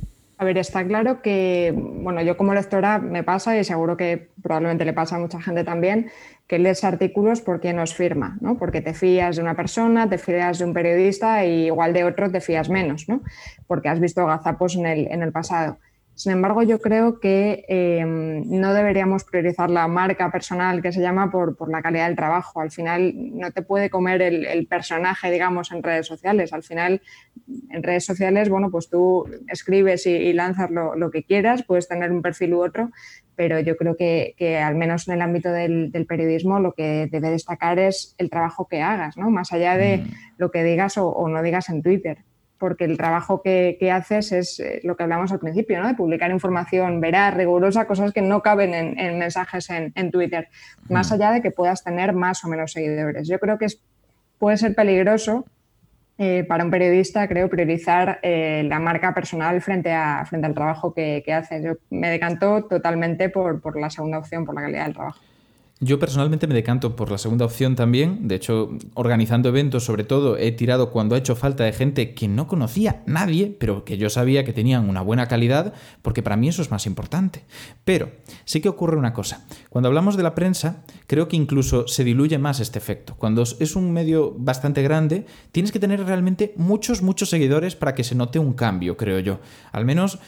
A ver, está claro que, bueno, yo como lectora me pasa, y seguro que probablemente le pasa a mucha gente también, que lees artículos porque nos firma, ¿no? Porque te fías de una persona, te fías de un periodista y igual de otro te fías menos, ¿no? Porque has visto gazapos en el, en el pasado. Sin embargo, yo creo que eh, no deberíamos priorizar la marca personal, que se llama, por, por la calidad del trabajo. Al final no te puede comer el, el personaje, digamos, en redes sociales. Al final, en redes sociales, bueno, pues tú escribes y, y lanzas lo, lo que quieras, puedes tener un perfil u otro, pero yo creo que, que al menos en el ámbito del, del periodismo lo que debe destacar es el trabajo que hagas, ¿no? Más allá de mm. lo que digas o, o no digas en Twitter. Porque el trabajo que, que haces es lo que hablamos al principio, ¿no? De publicar información veraz, rigurosa, cosas que no caben en, en mensajes en, en Twitter, más allá de que puedas tener más o menos seguidores. Yo creo que es, puede ser peligroso eh, para un periodista, creo, priorizar eh, la marca personal frente, a, frente al trabajo que, que haces. Yo me decanto totalmente por, por la segunda opción, por la calidad del trabajo. Yo personalmente me decanto por la segunda opción también. De hecho, organizando eventos, sobre todo, he tirado cuando ha hecho falta de gente que no conocía nadie, pero que yo sabía que tenían una buena calidad, porque para mí eso es más importante. Pero sí que ocurre una cosa. Cuando hablamos de la prensa, creo que incluso se diluye más este efecto. Cuando es un medio bastante grande, tienes que tener realmente muchos, muchos seguidores para que se note un cambio, creo yo. Al menos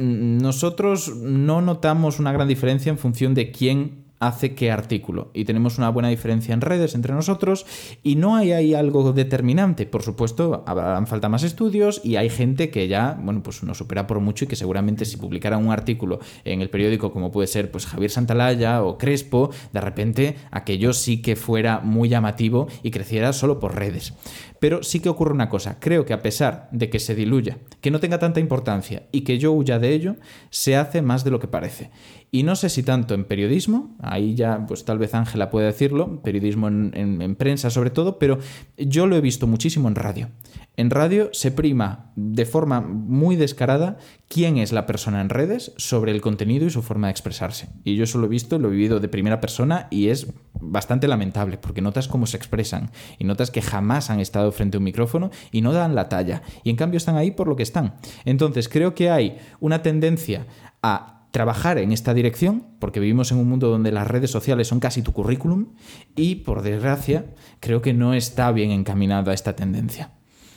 nosotros no notamos una gran diferencia en función de quién hace qué artículo, y tenemos una buena diferencia en redes entre nosotros y no hay ahí algo determinante. Por supuesto, habrán falta más estudios y hay gente que ya, bueno, pues nos supera por mucho y que seguramente si publicara un artículo en el periódico como puede ser pues Javier Santalaya o Crespo, de repente aquello sí que fuera muy llamativo y creciera solo por redes. Pero sí que ocurre una cosa, creo que a pesar de que se diluya, que no tenga tanta importancia y que yo huya de ello, se hace más de lo que parece. Y no sé si tanto en periodismo, ahí ya pues tal vez Ángela puede decirlo, periodismo en, en, en prensa sobre todo, pero yo lo he visto muchísimo en radio. En radio se prima de forma muy descarada quién es la persona en redes sobre el contenido y su forma de expresarse. Y yo eso lo he visto, lo he vivido de primera persona y es bastante lamentable porque notas cómo se expresan y notas que jamás han estado frente a un micrófono y no dan la talla. Y en cambio están ahí por lo que están. Entonces creo que hay una tendencia a trabajar en esta dirección, porque vivimos en un mundo donde las redes sociales son casi tu currículum y, por desgracia, creo que no está bien encaminada esta tendencia.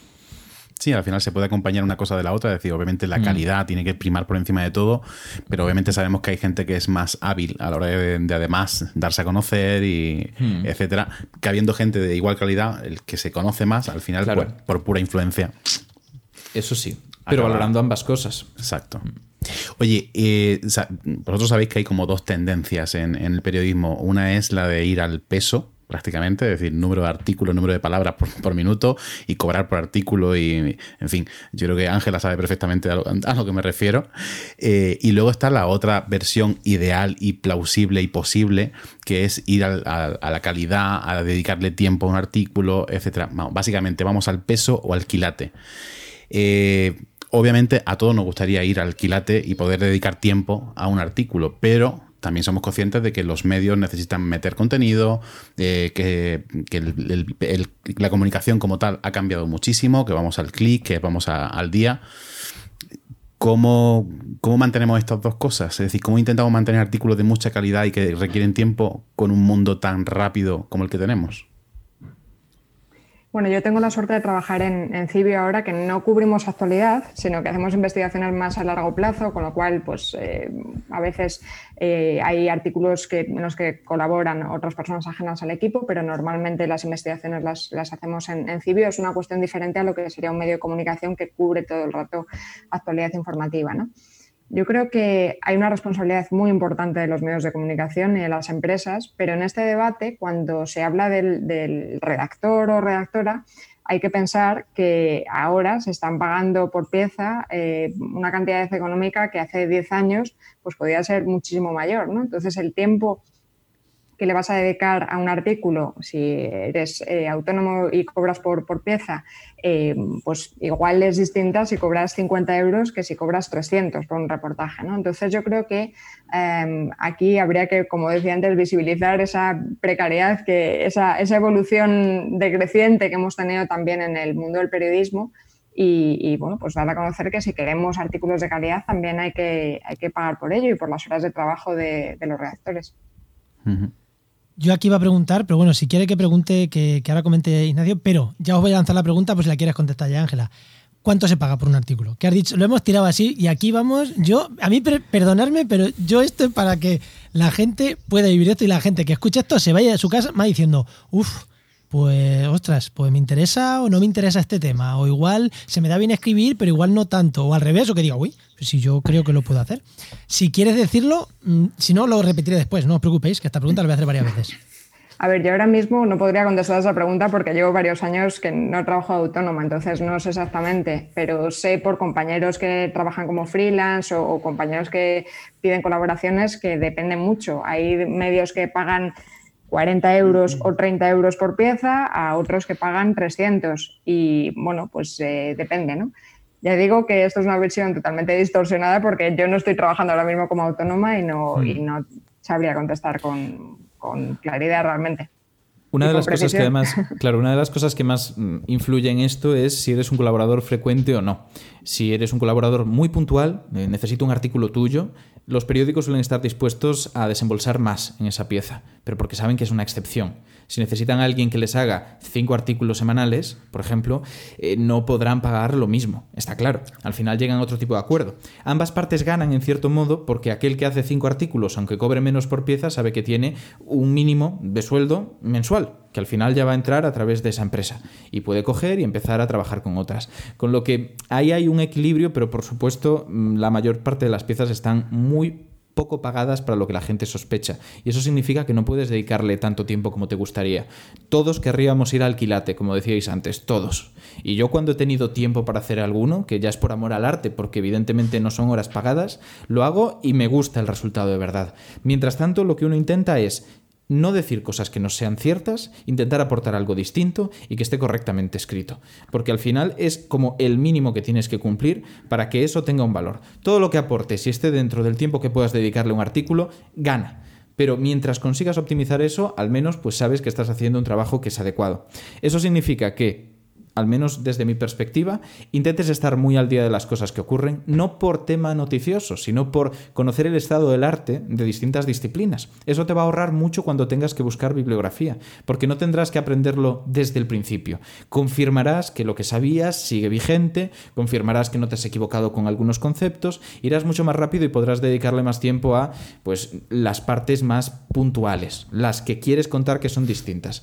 Sí, al final se puede acompañar una cosa de la otra, es decir, obviamente la calidad mm. tiene que primar por encima de todo, pero obviamente sabemos que hay gente que es más hábil a la hora de, de además darse a conocer y mm. etcétera, que habiendo gente de igual calidad, el que se conoce más, al final, claro, pues, por pura influencia. Eso sí, pero acaba valorando ambas cosas. Exacto. Oye, eh, vosotros sabéis que hay como dos tendencias en, en el periodismo. Una es la de ir al peso, prácticamente, es decir, número de artículos, número de palabras por, por minuto y cobrar por artículo y, en fin, yo creo que Ángela sabe perfectamente a lo, a lo que me refiero. Eh, y luego está la otra versión ideal y plausible y posible, que es ir al, a, a la calidad, a dedicarle tiempo a un artículo, etcétera. Vamos, básicamente vamos al peso o al quilate. Eh, obviamente a todos nos gustaría ir al quilate y poder dedicar tiempo a un artículo, pero también somos conscientes de que los medios necesitan meter contenido, eh, que, que el, el, el, la comunicación como tal ha cambiado muchísimo, que vamos al clic, que vamos a, al día. ¿Cómo, ¿Cómo mantenemos estas dos cosas? Es decir, ¿cómo intentamos mantener artículos de mucha calidad y que requieren tiempo con un mundo tan rápido como el que tenemos? Bueno, yo tengo la suerte de trabajar en, en Cibio ahora, que no cubrimos actualidad, sino que hacemos investigaciones más a largo plazo, con lo cual pues eh, a veces eh, hay artículos que, en los que colaboran otras personas ajenas al equipo, pero normalmente las investigaciones las, las hacemos en, en Cibio. Es una cuestión diferente a lo que sería un medio de comunicación que cubre todo el rato actualidad informativa, ¿no? Yo creo que hay una responsabilidad muy importante de los medios de comunicación y de las empresas, pero en este debate, cuando se habla del, del redactor o redactora, hay que pensar que ahora se están pagando por pieza eh, una cantidad económica que hace diez años pues podía ser muchísimo mayor, ¿no? Entonces, el tiempo que le vas a dedicar a un artículo, si eres eh, autónomo y cobras por, por pieza, eh, pues igual es distinta si cobras cincuenta euros que si cobras trescientos por un reportaje, ¿no? Entonces yo creo que eh, aquí habría que, como decía antes, visibilizar esa precariedad, que esa, esa evolución decreciente que hemos tenido también en el mundo del periodismo y, y bueno, pues dar a conocer que si queremos artículos de calidad también hay que, hay que pagar por ello y por las horas de trabajo de, de los redactores. Uh-huh. Yo aquí iba a preguntar, pero bueno, si quiere que pregunte, que, que ahora comente Ignacio, pero ya os voy a lanzar la pregunta, pues si la quieres contestar ya, Ángela. ¿Cuánto se paga por un artículo? Que has dicho, lo hemos tirado así y aquí vamos. Yo, a mí, per, perdonadme, pero yo esto es para que la gente pueda vivir esto y la gente que escuche esto se vaya a su casa más diciendo, uff, pues, ostras, pues me interesa o no me interesa este tema, o igual se me da bien escribir, pero igual no tanto, o al revés, o que diga, uy, pues si yo creo que lo puedo hacer. Si quieres decirlo, si no, lo repetiré después, no os preocupéis, que esta pregunta la voy a hacer varias veces. A ver, yo ahora mismo no podría contestar esa pregunta porque llevo varios años que no he trabajado autónoma, entonces no sé exactamente, pero sé por compañeros que trabajan como freelance o, o compañeros que piden colaboraciones que dependen mucho. Hay medios que pagan cuarenta euros o treinta euros por pieza, a otros que pagan trescientos y bueno, pues eh, depende, ¿no? Ya digo que esto es una versión totalmente distorsionada porque yo no estoy trabajando ahora mismo como autónoma y no, mm. y no sabría contestar con, con claridad realmente. Una de las cosas que además, claro, una de las cosas que más influye en esto es si eres un colaborador frecuente o no. Si eres un colaborador muy puntual, eh, necesito un artículo tuyo, los periódicos suelen estar dispuestos a desembolsar más en esa pieza, pero porque saben que es una excepción. Si necesitan a alguien que les haga cinco artículos semanales, por ejemplo, eh, no podrán pagar lo mismo, está claro. Al final llegan a otro tipo de acuerdo. Ambas partes ganan en cierto modo porque aquel que hace cinco artículos, aunque cobre menos por pieza, sabe que tiene un mínimo de sueldo mensual, que al final ya va a entrar a través de esa empresa y puede coger y empezar a trabajar con otras. Con lo que ahí hay un equilibrio, pero por supuesto la mayor parte de las piezas están muy poco pagadas para lo que la gente sospecha y eso significa que no puedes dedicarle tanto tiempo como te gustaría. Todos querríamos ir al quilate, como decíais antes, todos. Y yo cuando he tenido tiempo para hacer alguno, que ya es por amor al arte, porque evidentemente no son horas pagadas, lo hago y me gusta el resultado de verdad. Mientras tanto, lo que uno intenta es no decir cosas que no sean ciertas, intentar aportar algo distinto y que esté correctamente escrito. Porque al final es como el mínimo que tienes que cumplir para que eso tenga un valor. Todo lo que aportes y esté dentro del tiempo que puedas dedicarle a un artículo, gana. Pero mientras consigas optimizar eso, al menos pues sabes que estás haciendo un trabajo que es adecuado. Eso significa que, al menos desde mi perspectiva, intentes estar muy al día de las cosas que ocurren, no por tema noticioso, sino por conocer el estado del arte de distintas disciplinas. Eso te va a ahorrar mucho cuando tengas que buscar bibliografía, porque no tendrás que aprenderlo desde el principio. Confirmarás que lo que sabías sigue vigente, confirmarás que no te has equivocado con algunos conceptos, irás mucho más rápido y podrás dedicarle más tiempo a pues, las partes más puntuales, las que quieres contar que son distintas.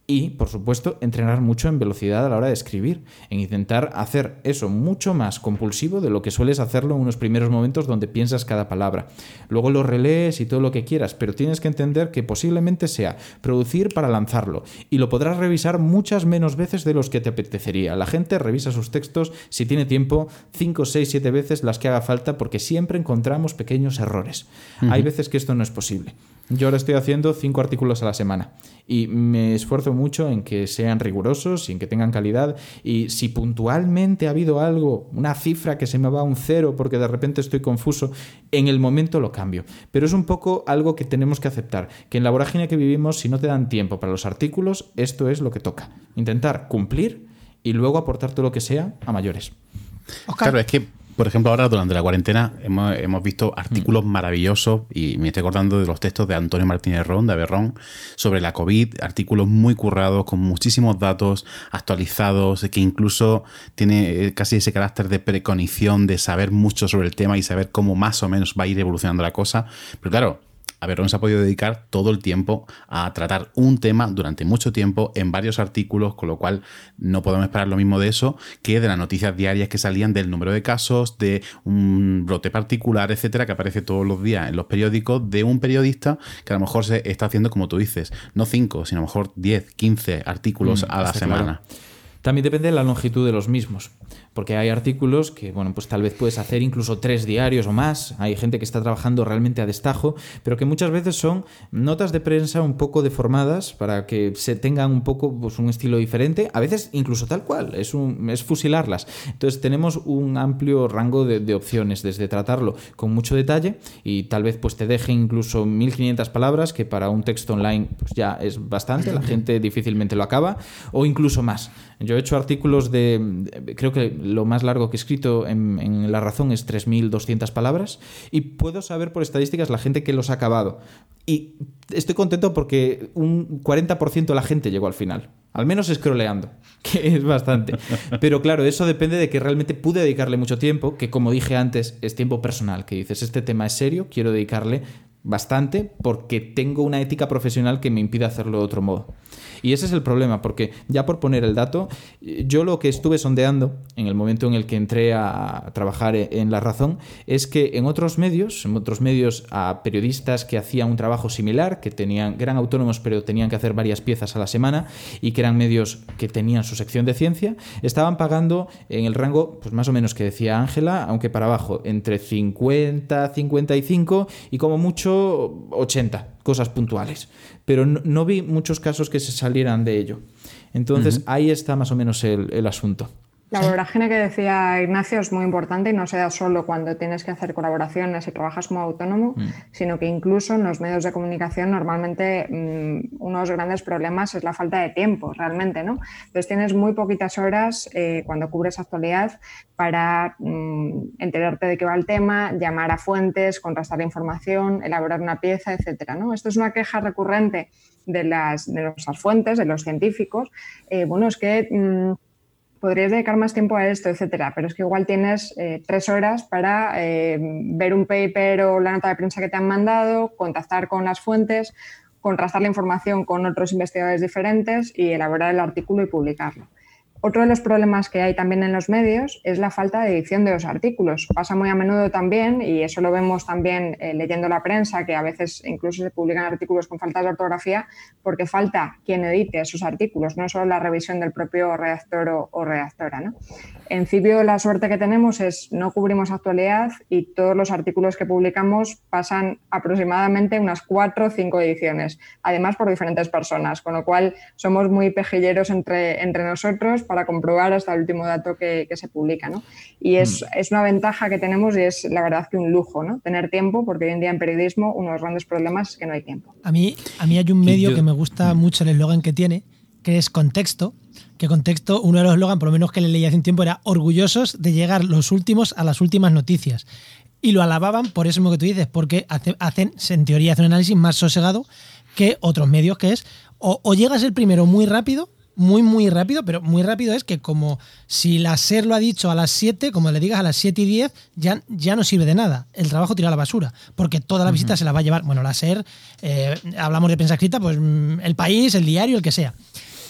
Y, por supuesto, entrenar mucho en velocidad a la hora de escribir, en intentar hacer eso mucho más compulsivo de lo que sueles hacerlo en unos primeros momentos donde piensas cada palabra. Luego lo relees y todo lo que quieras, pero tienes que entender que posiblemente sea producir para lanzarlo, y lo podrás revisar muchas menos veces de los que te apetecería. La gente revisa sus textos, si tiene tiempo, cinco, seis, siete veces las que haga falta, porque siempre encontramos pequeños errores. Uh-huh. Hay veces que esto no es posible. Yo ahora estoy haciendo cinco artículos a la semana y me esfuerzo mucho en que sean rigurosos y en que tengan calidad, y si puntualmente ha habido algo, una cifra que se me va a un cero porque de repente estoy confuso, en el momento lo cambio. Pero es un poco algo que tenemos que aceptar, que en la vorágine que vivimos, si no te dan tiempo para los artículos, esto es lo que toca. Intentar cumplir y luego aportar todo lo que sea a mayores. Oscar. Claro, es que por ejemplo, ahora durante la cuarentena hemos, hemos visto artículos mm. maravillosos, y me estoy acordando de los textos de Antonio Martínez Ron, de Aberrón, sobre la COVID, artículos muy currados, con muchísimos datos actualizados, que incluso tiene casi ese carácter de precognición, de saber mucho sobre el tema y saber cómo más o menos va a ir evolucionando la cosa. Pero claro, Aberrón se ha podido dedicar todo el tiempo a tratar un tema durante mucho tiempo en varios artículos, con lo cual no podemos esperar lo mismo de eso que de las noticias diarias que salían del número de casos, de un brote particular, etcétera, que aparece todos los días en los periódicos, de un periodista que a lo mejor se está haciendo, como tú dices, no cinco, sino a lo mejor diez, quince artículos mm, a la semana. Claro. También depende de la longitud de los mismos, porque hay artículos que, bueno, pues tal vez puedes hacer incluso tres diarios o más. Hay gente que está trabajando realmente a destajo, pero que muchas veces son notas de prensa un poco deformadas para que se tengan un poco, pues, un estilo diferente, a veces incluso tal cual, es, un, es fusilarlas. Entonces tenemos un amplio rango de, de opciones, desde tratarlo con mucho detalle y tal vez pues te deje incluso mil quinientas palabras, que para un texto online pues ya es bastante, la gente difícilmente lo acaba, o incluso más. Yo he hecho artículos de, creo que lo más largo que he escrito en, en La Razón es tres mil doscientas palabras, y puedo saber por estadísticas la gente que los ha acabado. Y estoy contento porque un cuarenta por ciento de la gente llegó al final, al menos scrolleando, que es bastante. Pero claro, eso depende de que realmente pude dedicarle mucho tiempo, que como dije antes, es tiempo personal, que dices, este tema es serio, quiero dedicarle bastante porque tengo una ética profesional que me impide hacerlo de otro modo. Y ese es el problema, porque ya por poner el dato, yo lo que estuve sondeando en el momento en el que entré a trabajar en La Razón es que en otros medios, en otros medios a periodistas que hacían un trabajo similar, que tenían, que eran autónomos pero tenían que hacer varias piezas a la semana y que eran medios que tenían su sección de ciencia, estaban pagando en el rango, pues más o menos que decía Ángela, aunque para abajo, entre cincuenta, cincuenta y cinco y como mucho ochenta, cosas puntuales. Pero no, no vi muchos casos que se salieran de ello. Entonces, uh-huh. ahí está más o menos el, el asunto. La vorágine que decía Ignacio es muy importante y no se da solo cuando tienes que hacer colaboraciones y trabajas como autónomo, mm. sino que incluso en los medios de comunicación normalmente mmm, unos grandes problemas es la falta de tiempo, realmente, ¿no? Entonces tienes muy poquitas horas eh, cuando cubres actualidad para mmm, enterarte de qué va el tema, llamar a fuentes, contrastar la información, elaborar una pieza, etcétera, ¿no? Esto es una queja recurrente de las de nuestras fuentes, de los científicos. Eh, bueno, es que mmm, podrías dedicar más tiempo a esto, etcétera, pero es que igual tienes eh, tres horas para eh, ver un paper o la nota de prensa que te han mandado, contactar con las fuentes, contrastar la información con otros investigadores diferentes y elaborar el artículo y publicarlo. Otro de los problemas que hay también en los medios es la falta de edición de los artículos. Pasa muy a menudo también, y eso lo vemos también eh, leyendo la prensa, que a veces incluso se publican artículos con faltas de ortografía porque falta quien edite esos artículos, no solo la revisión del propio redactor o, o redactora, ¿no? En Cibio la suerte que tenemos es no cubrimos actualidad y todos los artículos que publicamos pasan aproximadamente unas cuatro o cinco ediciones, además por diferentes personas, con lo cual somos muy pejilleros entre, entre nosotros para comprobar hasta el último dato que, que se publica, ¿no? Y es, mm. es una ventaja que tenemos y es la verdad que un lujo, ¿no? Tener tiempo, porque hoy en día en periodismo uno de los grandes problemas es que no hay tiempo. A mí, a mí hay un medio yo, que me gusta mm. mucho el eslogan que tiene, que es Contexto, que Contexto, uno de los eslogans, por lo menos que le leí hace un tiempo, era orgullosos de llegar los últimos a las últimas noticias. Y lo alababan por eso mismo que tú dices, porque hace, hacen, en teoría, hacen un análisis más sosegado que otros medios, que es o, o llegas el primero muy rápido, muy, muy rápido, pero muy rápido es que como si la SER lo ha dicho a las siete, como le digas a las siete y diez, ya, ya no sirve de nada. El trabajo tira a la basura, porque toda la visita uh-huh. se la va a llevar, bueno, la SER, eh, hablamos de prensa escrita, pues El País, El Diario, el que sea.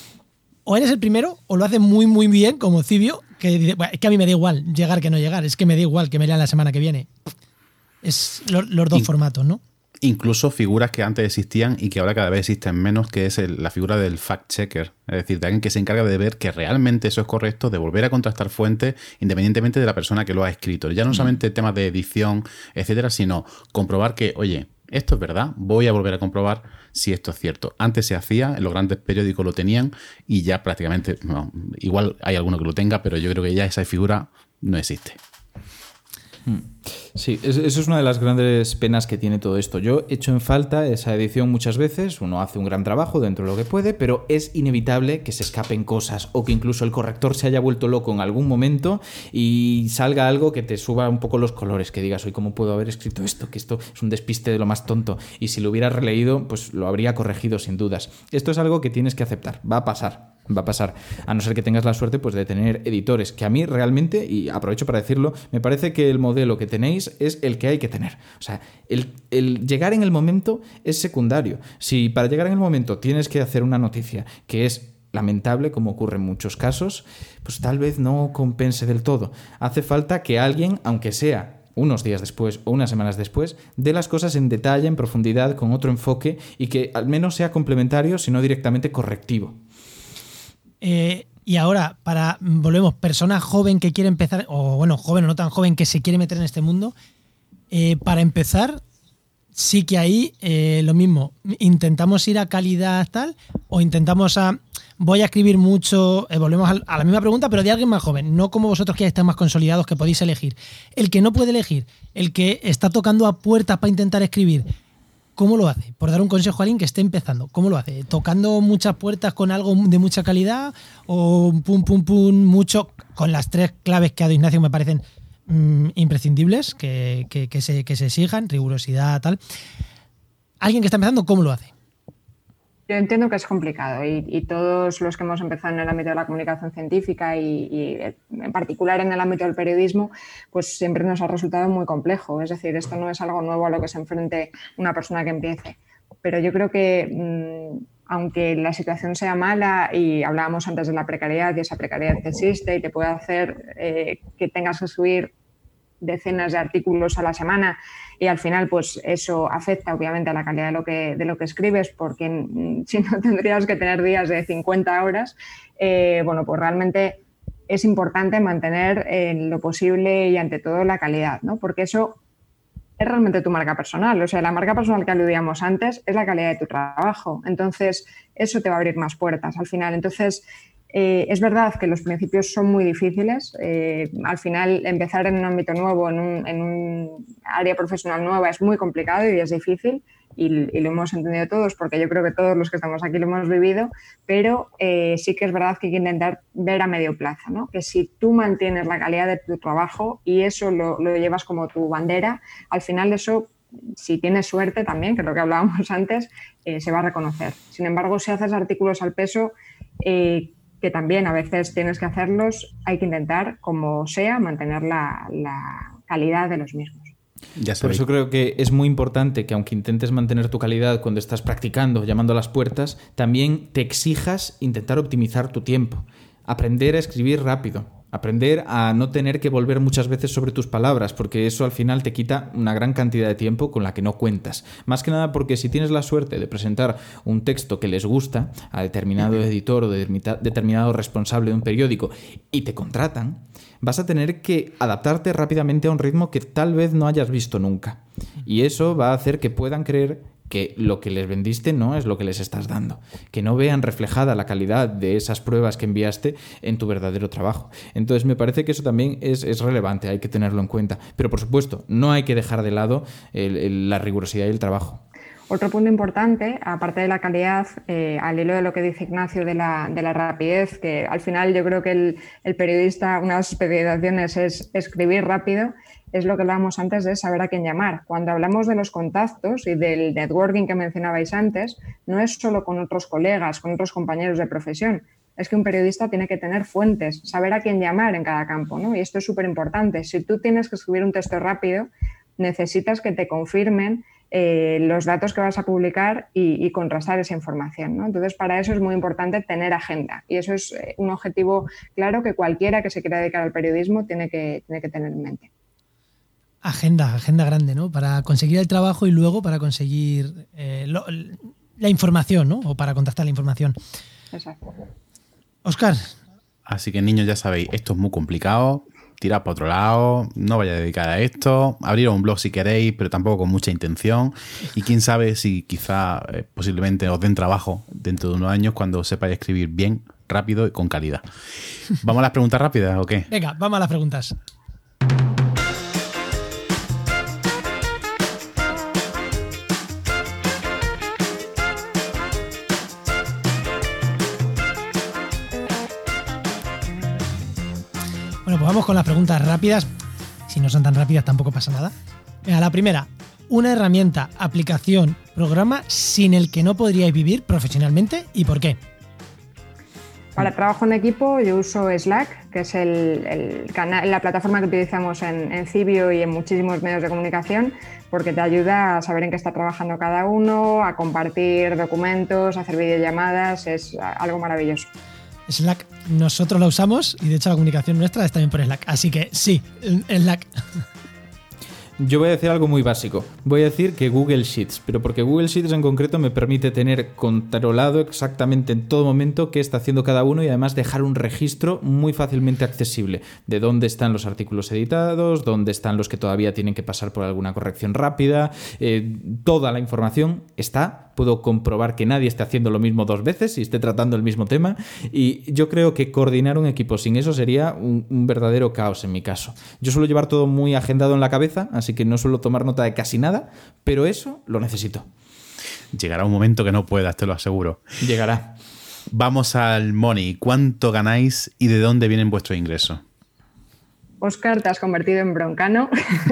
o eres el primero o lo haces muy, muy bien, como Cibio, que dice, bueno, es que a mí me da igual llegar que no llegar, es que me da igual que me lean la semana que viene. Es lo, los dos In, formatos, ¿no? Incluso figuras que antes existían y que ahora cada vez existen menos, que es el, la figura del fact-checker. Es decir, de alguien que se encarga de ver que realmente eso es correcto, de volver a contrastar fuentes, independientemente de la persona que lo ha escrito. Ya no solamente temas de edición, etcétera, sino comprobar que, oye, esto es verdad, voy a volver a comprobar si esto es cierto. Antes se hacía, en los grandes periódicos lo tenían y ya prácticamente, no, igual hay alguno que lo tenga, pero yo creo que ya esa figura no existe. Sí, eso es una de las grandes penas que tiene todo esto. Yo echo en falta esa edición muchas veces, uno hace un gran trabajo dentro de lo que puede, pero es inevitable que se escapen cosas o que incluso el corrector se haya vuelto loco en algún momento y salga algo que te suba un poco los colores, que digas, hoy ¿cómo puedo haber escrito esto? Que esto es un despiste de lo más tonto, y si lo hubieras releído, pues lo habría corregido sin dudas. Esto es algo que tienes que aceptar, va a pasar. Va a pasar, a no ser que tengas la suerte pues de tener editores, que a mí realmente, y aprovecho para decirlo, me parece que el modelo que tenéis es el que hay que tener. O sea, el, el llegar en el momento es secundario. Si para llegar en el momento tienes que hacer una noticia que es lamentable, como ocurre en muchos casos, pues tal vez no compense del todo. Hace falta que alguien, aunque sea unos días después o unas semanas después, dé las cosas en detalle, en profundidad, con otro enfoque, y que al menos sea complementario, sino directamente correctivo. Eh, y ahora, para volvemos, persona joven que quiere empezar, o bueno, joven o no tan joven que se quiere meter en este mundo, eh, para empezar, sí que ahí eh, lo mismo, intentamos ir a calidad tal, o intentamos a, voy a escribir mucho, eh, volvemos a, a la misma pregunta, pero de alguien más joven, no como vosotros que ya estáis más consolidados, que podéis elegir. El que no puede elegir, el que está tocando a puertas para intentar escribir, ¿cómo lo hace? Por dar un consejo a alguien que esté empezando, ¿cómo lo hace? ¿Tocando muchas puertas con algo de mucha calidad? ¿O pum, pum, pum, mucho? Con las tres claves que ha dado Ignacio me parecen mmm, imprescindibles, que, que, que, se, que se exijan, rigurosidad, tal. Alguien que está empezando, ¿cómo lo hace? Yo entiendo que es complicado y, y todos los que hemos empezado en el ámbito de la comunicación científica y, y en particular en el ámbito del periodismo, pues siempre nos ha resultado muy complejo. Es decir, esto no es algo nuevo a lo que se enfrente una persona que empiece. Pero yo creo que mmm, aunque la situación sea mala y hablábamos antes de la precariedad y esa precariedad existe y te puede hacer eh, que tengas que escribir decenas de artículos a la semana y al final pues eso afecta obviamente a la calidad de lo que, de lo que escribes, porque mm, si no tendrías que tener días de cincuenta horas, eh, bueno, pues realmente es importante mantener en eh, lo posible y ante todo la calidad, ¿no? Porque eso es realmente tu marca personal. O sea, la marca personal que aludíamos antes es la calidad de tu trabajo. Entonces, eso te va a abrir más puertas al final. Entonces, eh, es verdad que los principios son muy difíciles. Eh, al final, empezar en un ámbito nuevo, en un, en un área profesional nueva, es muy complicado y es difícil. Y, y lo hemos entendido todos, porque yo creo que todos los que estamos aquí lo hemos vivido, pero eh, sí que es verdad que hay que intentar ver a medio plazo, ¿no? Que si tú mantienes la calidad de tu trabajo y eso lo, lo llevas como tu bandera, al final eso, si tienes suerte también, que es lo que hablábamos antes, eh, se va a reconocer. Sin embargo, si haces artículos al peso, eh, que también a veces tienes que hacerlos, hay que intentar, como sea, mantener la, la calidad de los mismos. Ya Por eso creo que es muy importante que aunque intentes mantener tu calidad cuando estás practicando, llamando a las puertas, también te exijas intentar optimizar tu tiempo, aprender a escribir rápido, aprender a no tener que volver muchas veces sobre tus palabras, porque eso al final te quita una gran cantidad de tiempo con la que no cuentas. Más que nada porque si tienes la suerte de presentar un texto que les gusta a determinado editor o de determinado responsable de un periódico y te contratan, vas a tener que adaptarte rápidamente a un ritmo que tal vez no hayas visto nunca. Y eso va a hacer que puedan creer que lo que les vendiste no es lo que les estás dando, que no vean reflejada la calidad de esas pruebas que enviaste en tu verdadero trabajo. Entonces me parece que eso también es, es relevante, hay que tenerlo en cuenta. Pero por supuesto, no hay que dejar de lado el, el, la rigurosidad y el trabajo. Otro punto importante, aparte de la calidad, eh, al hilo de lo que dice Ignacio de la, de la rapidez, que al final yo creo que el, el periodista, una de sus especializaciones es escribir rápido, es lo que hablábamos antes de saber a quién llamar. Cuando hablamos de los contactos y del networking que mencionabais antes, no es solo con otros colegas, con otros compañeros de profesión. Es que un periodista tiene que tener fuentes, saber a quién llamar en cada campo, ¿no? Y esto es súper importante. Si tú tienes que escribir un texto rápido, necesitas que te confirmen eh, los datos que vas a publicar y, y contrastar esa información, ¿no? Entonces, para eso es muy importante tener agenda y eso es un objetivo claro que cualquiera que se quiera dedicar al periodismo tiene que, tiene que tener en mente. Agenda, agenda grande, ¿no? Para conseguir el trabajo y luego para conseguir eh, lo, la información, ¿no? O para contrastar la información. Exacto. Óscar. Así que, niños, ya sabéis, esto es muy complicado. Tirad para otro lado, no vayáis a dedicar a esto, abriros un blog si queréis, pero tampoco con mucha intención. Y quién sabe si quizá eh, posiblemente os den trabajo dentro de unos años cuando sepáis escribir bien, rápido y con calidad. ¿Vamos a las preguntas rápidas o qué? Venga, vamos a las preguntas. Bueno, pues vamos con las preguntas rápidas. Si no son tan rápidas tampoco pasa nada. Venga, la primera. Una herramienta, aplicación, programa sin el que no podríais vivir profesionalmente y por qué. Para trabajo en equipo yo uso Slack, que es el, el canal, la plataforma que utilizamos en, en Cibio y en muchísimos medios de comunicación, porque te ayuda a saber en qué está trabajando cada uno, a compartir documentos, a hacer videollamadas, es algo maravilloso. Slack, nosotros la usamos y de hecho la comunicación nuestra es también por Slack. Así que sí, Slack. Yo voy a decir algo muy básico. Voy a decir que Google Sheets, pero porque Google Sheets en concreto me permite tener controlado exactamente en todo momento qué está haciendo cada uno y además dejar un registro muy fácilmente accesible de dónde están los artículos editados, dónde están los que todavía tienen que pasar por alguna corrección rápida. Eh, toda la información está. Puedo comprobar que nadie esté haciendo lo mismo dos veces y esté tratando el mismo tema. Y yo creo que coordinar un equipo sin eso sería un, un verdadero caos en mi caso. Yo suelo llevar todo muy agendado en la cabeza, así que no suelo tomar nota de casi nada, pero eso lo necesito. Llegará un momento que no puedas, te lo aseguro. Llegará. Vamos al money. ¿Cuánto ganáis y de dónde vienen vuestros ingresos? Óscar, te has convertido en broncano.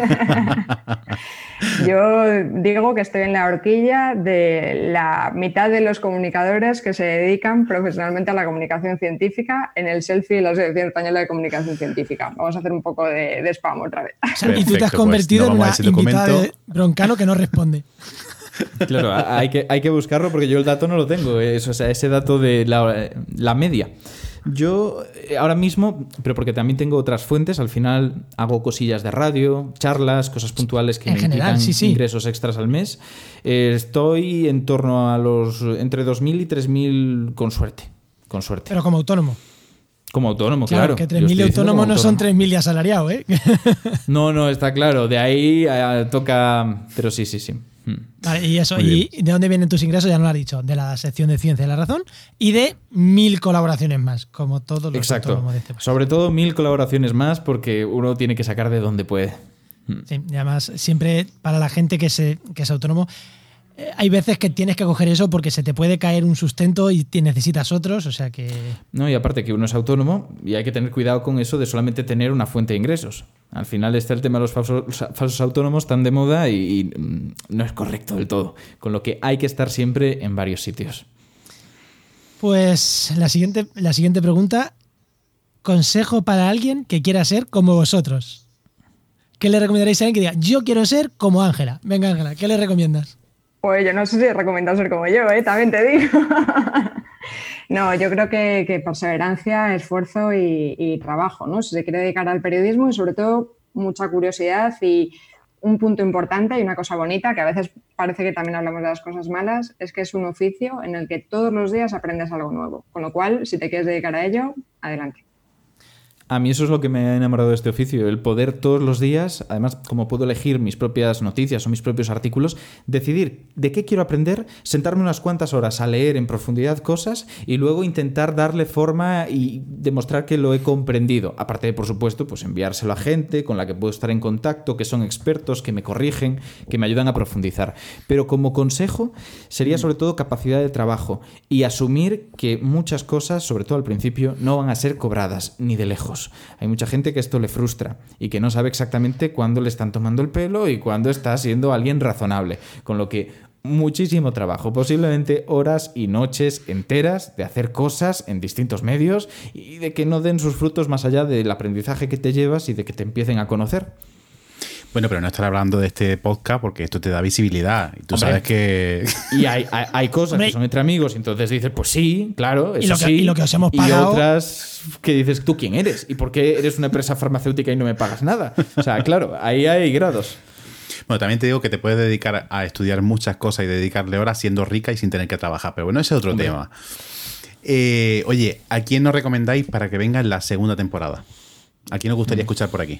Yo digo que estoy en la horquilla de la mitad de los comunicadores que se dedican profesionalmente a la comunicación científica en el selfie de la Asociación Española de Comunicación Científica. Vamos a hacer un poco de, de spam otra vez. Perfecto, y tú te has convertido pues, no en una invitada de broncano que no responde. Claro, hay que, hay que buscarlo porque yo el dato no lo tengo. Eso, o sea, ese dato de la, la media. Yo ahora mismo, pero porque también tengo otras fuentes, al final hago cosillas de radio, charlas, cosas puntuales que en me general, implican sí, sí. ingresos extras al mes. Eh, estoy en torno a los entre dos mil y tres mil con suerte, con suerte. Pero como autónomo. Como autónomo, claro. claro. Que tres mil de autónomo no son tres mil de asalariado, ¿eh? No, no, está claro. De ahí a, toca... Pero sí, sí, sí. Vale, y eso, ¿y de dónde vienen tus ingresos? Ya no lo has dicho, de la sección de Ciencia de la Razón y de mil colaboraciones más, como todos los Exacto. autónomos de este país. Sobre todo mil colaboraciones más porque uno tiene que sacar de donde puede. Sí, y además siempre para la gente que, se, que es autónomo, eh, hay veces que tienes que coger eso porque se te puede caer un sustento y te necesitas otros, o sea que... No, y aparte que uno es autónomo y hay que tener cuidado con eso de solamente tener una fuente de ingresos. Al final está el tema de los falsos, falsos autónomos tan de moda y, y no es correcto del todo. Con lo que hay que estar siempre en varios sitios. Pues la siguiente, la siguiente pregunta. Consejo para alguien que quiera ser como vosotros. ¿Qué le recomendaréis a alguien que diga, yo quiero ser como Ángela? Venga, Ángela, ¿qué le recomiendas? Pues yo no sé si recomiendo ser como yo, ¿eh? También te digo. No, yo creo que, que perseverancia, esfuerzo y, y trabajo, ¿no? Si se quiere dedicar al periodismo y sobre todo mucha curiosidad y un punto importante y una cosa bonita, que a veces parece que también hablamos de las cosas malas, es que es un oficio en el que todos los días aprendes algo nuevo. Con lo cual, si te quieres dedicar a ello, adelante. A mí eso es lo que me ha enamorado de este oficio, el poder todos los días, además como puedo elegir mis propias noticias o mis propios artículos, decidir de qué quiero aprender, sentarme unas cuantas horas a leer en profundidad cosas y luego intentar darle forma y demostrar que lo he comprendido. Aparte de, por supuesto, pues enviárselo a gente con la que puedo estar en contacto, que son expertos, que me corrigen, que me ayudan a profundizar. Pero como consejo sería sobre todo capacidad de trabajo y asumir que muchas cosas, sobre todo al principio, no van a ser cobradas ni de lejos. Hay mucha gente que esto le frustra y que no sabe exactamente cuándo le están tomando el pelo y cuándo está siendo alguien razonable. Con lo que muchísimo trabajo, posiblemente horas y noches enteras de hacer cosas en distintos medios y de que no den sus frutos más allá del aprendizaje que te llevas y de que te empiecen a conocer. Bueno, pero no estar hablando de este podcast porque esto te da visibilidad. Y tú Hombre, sabes que... Y hay, hay, hay cosas Hombre. que son entre amigos y entonces dices, pues sí, claro, eso y lo que, sí. Y lo que os hemos pagado... Y otras que dices, ¿tú quién eres? ¿Y por qué eres una empresa farmacéutica y no me pagas nada? O sea, claro, ahí hay grados. Bueno, también te digo que te puedes dedicar a estudiar muchas cosas y dedicarle horas siendo rica y sin tener que trabajar. Pero bueno, ese es otro Hombre. tema. Eh, oye, ¿a quién nos recomendáis para que venga en la segunda temporada? ¿A quién os gustaría mm. escuchar por aquí?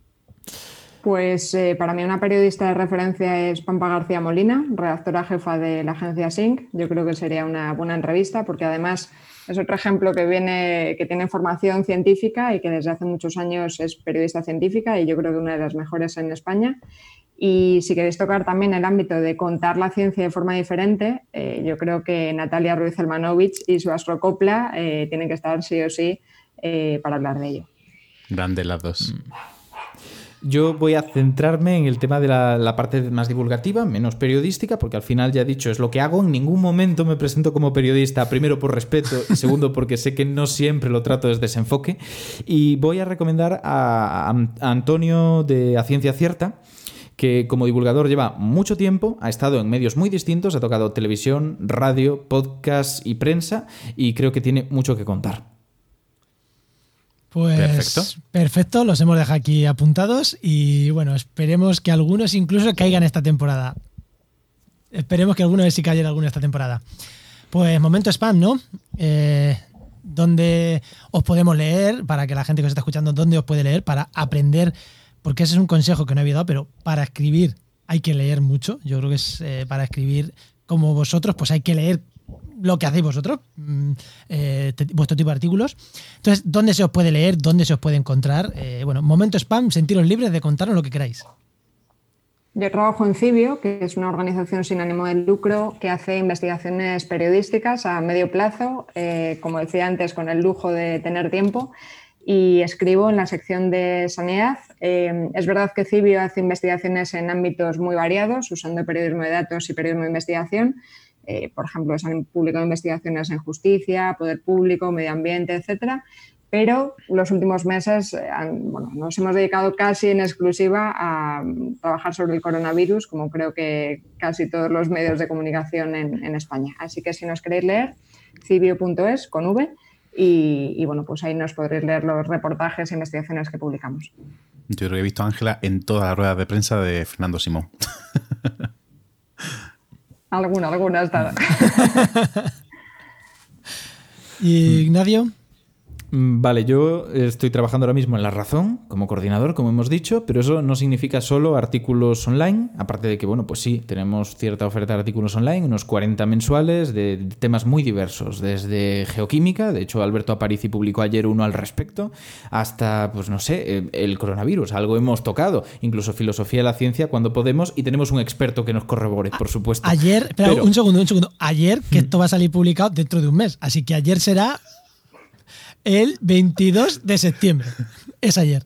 Pues eh, para mí una periodista de referencia es Pampa García Molina, redactora jefa de la agencia Sync. Yo creo que sería una buena entrevista porque además es otro ejemplo que viene, que tiene formación científica y que desde hace muchos años es periodista científica y yo creo que una de las mejores en España. Y si queréis tocar también el ámbito de contar la ciencia de forma diferente, eh, yo creo que Natalia Ruiz Elmanovich y su Astrocopla eh, tienen que estar sí o sí eh, para hablar de ello. Grandes las dos. Yo voy a centrarme en el tema de la, la parte más divulgativa, menos periodística, porque al final ya he dicho, es lo que hago. En ningún momento me presento como periodista, primero por respeto y segundo porque sé que no siempre lo trato desde ese enfoque. Y voy a recomendar a, a Antonio de A Ciencia Cierta, que como divulgador lleva mucho tiempo, ha estado en medios muy distintos, ha tocado televisión, radio, podcast y prensa, y creo que tiene mucho que contar. Pues perfecto. perfecto, los hemos dejado aquí apuntados y bueno, esperemos que algunos incluso caigan esta temporada. Esperemos que algunos sí caigan alguno esta temporada. Pues momento spam, ¿no? Eh, ¿Dónde os podemos leer? Para que la gente que os está escuchando, ¿dónde os puede leer? Para aprender, porque ese es un consejo que no había dado, pero para escribir hay que leer mucho. Yo creo que es eh, para escribir como vosotros, pues hay que leer lo que hacéis vosotros, eh, te, vuestro tipo de artículos. Entonces, ¿dónde se os puede leer? ¿Dónde se os puede encontrar? Eh, bueno, momento spam, sentiros libres de contarnos lo que queráis. Yo trabajo en Cibio, que es una organización sin ánimo de lucro que hace investigaciones periodísticas a medio plazo, eh, como decía antes, con el lujo de tener tiempo, y escribo en la sección de sanidad. Eh, es verdad que Cibio hace investigaciones en ámbitos muy variados, usando periodismo de datos y periodismo de investigación. Eh, por ejemplo, se han publicado investigaciones en justicia, poder público, medio ambiente, etcétera. Pero los últimos meses han, bueno, nos hemos dedicado casi en exclusiva a trabajar sobre el coronavirus, como creo que casi todos los medios de comunicación en, en España. Así que si nos queréis leer, cibio punto es con V y, y bueno, pues ahí nos podréis leer los reportajes e investigaciones que publicamos. Yo creo que he visto a Ángela en todas las ruedas de prensa de Fernando Simón. Alguna, alguna está. ¿Y Ignacio? Vale, yo estoy trabajando ahora mismo en La Razón como coordinador, como hemos dicho, pero eso no significa solo artículos online, aparte de que, bueno, pues sí, tenemos cierta oferta de artículos online, unos cuarenta mensuales de temas muy diversos, desde geoquímica, de hecho Alberto Aparici publicó ayer uno al respecto, hasta, pues no sé, el coronavirus, algo hemos tocado, incluso filosofía de la ciencia cuando podemos, y tenemos un experto que nos corrobore, por supuesto. Ayer, pero, pero un segundo, un segundo, ayer, que esto va a salir publicado dentro de un mes, así que ayer será... el veintidós de septiembre. Es ayer.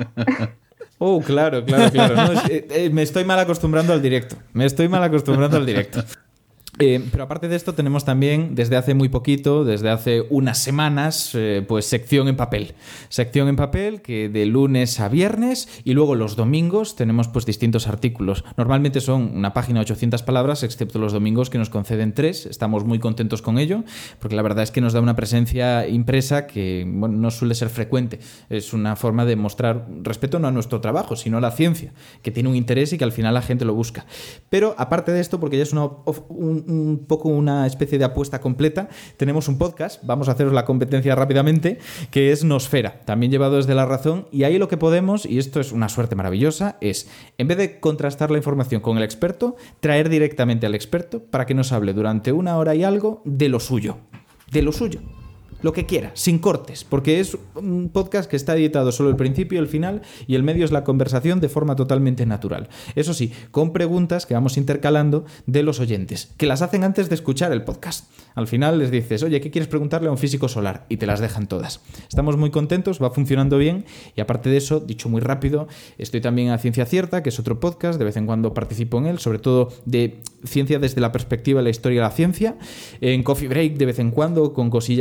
Oh, claro, claro, claro. No, es, eh, eh, me estoy mal acostumbrando al directo. Me estoy mal acostumbrando al directo. Eh, pero aparte de esto tenemos también desde hace muy poquito, desde hace unas semanas, eh, pues sección en papel. Sección en papel que de lunes a viernes y luego los domingos tenemos pues distintos artículos. Normalmente son una página de ochocientas palabras, excepto los domingos que nos conceden tres. Estamos muy contentos con ello porque la verdad es que nos da una presencia impresa que bueno, no suele ser frecuente. Es una forma de mostrar respeto no a nuestro trabajo, sino a la ciencia, que tiene un interés y que al final la gente lo busca. Pero aparte de esto, porque ya es una, un, un poco una especie de apuesta completa, tenemos un podcast, vamos a haceros la competencia rápidamente, que es Nosfera, también llevado desde La Razón, y ahí lo que podemos, y esto es una suerte maravillosa, es, en vez de contrastar la información con el experto, traer directamente al experto para que nos hable durante una hora y algo de lo suyo, de lo suyo. Lo que quiera, sin cortes, porque es un podcast que está editado solo el principio y el final y el medio es la conversación de forma totalmente natural. Eso sí, con preguntas que vamos intercalando de los oyentes, que las hacen antes de escuchar el podcast. Al final les dices, oye, ¿qué quieres preguntarle a un físico solar? Y te las dejan todas. Estamos muy contentos, va funcionando bien y aparte de eso, dicho muy rápido, estoy también a Ciencia Cierta, que es otro podcast, de vez en cuando participo en él, sobre todo de ciencia desde la perspectiva de la historia de la ciencia, en Coffee Break de vez en cuando con cosillas noticiosas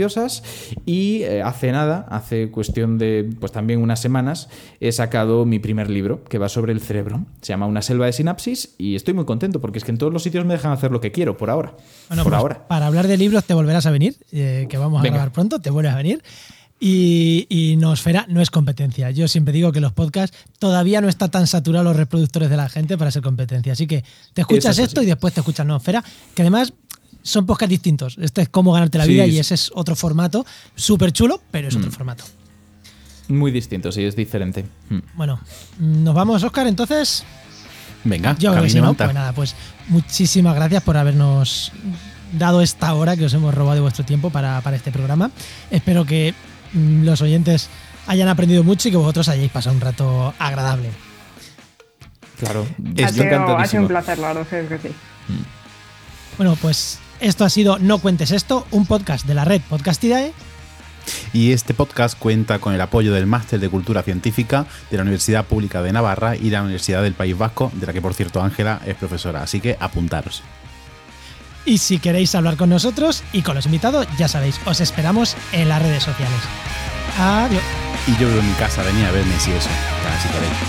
maravillosas y eh, hace nada, hace cuestión de pues también unas semanas, he sacado mi primer libro que va sobre el cerebro. Se llama Una selva de sinapsis y estoy muy contento porque es que en todos los sitios me dejan hacer lo que quiero por ahora. Bueno, por pues ahora. Para hablar de libros te volverás a venir, eh, que vamos a Venga. grabar pronto, te vuelves a venir. Y, y Nosfera no es competencia. Yo siempre digo que los podcasts todavía no está tan saturados los reproductores de la gente para ser competencia. Así que te escuchas Eso es esto así. y después te escuchas Nosfera, que además son podcasts distintos. Este es cómo ganarte la vida Sí, y sí. ese es otro formato, súper chulo, pero es otro Mm. formato. Muy distinto, sí, es diferente. Mm. Bueno, nos vamos, Óscar, entonces. Venga, Yo creo que camino sí, y ¿no? manta. Pues nada, pues muchísimas gracias por habernos dado esta hora que os hemos robado de vuestro tiempo para, para este programa. Espero que mm, los oyentes hayan aprendido mucho y que vosotros hayáis pasado un rato agradable. Claro, Ha estoy sido, ha sido encantadísimo. un placer, la verdad es que sí. Bueno, pues esto ha sido No Cuentes Esto, un podcast de la red Podcastidae. Y este podcast cuenta con el apoyo del Máster de Cultura Científica de la Universidad Pública de Navarra y la Universidad del País Vasco, de la que por cierto Ángela es profesora, así que apuntaros. Y si queréis hablar con nosotros y con los invitados, ya sabéis, os esperamos en las redes sociales. Adiós. Y yo vivo en mi casa, venid a verme si eso, ya, si queréis.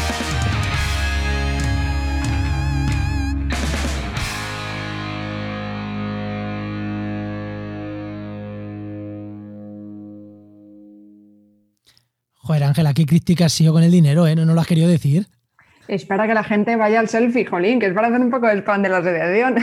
Joder, Ángela, qué crítica has sido con el dinero, ¿eh? No, no lo has querido decir. Espera que la gente vaya al selfie, jolín, que es para hacer un poco de spam de la asociación.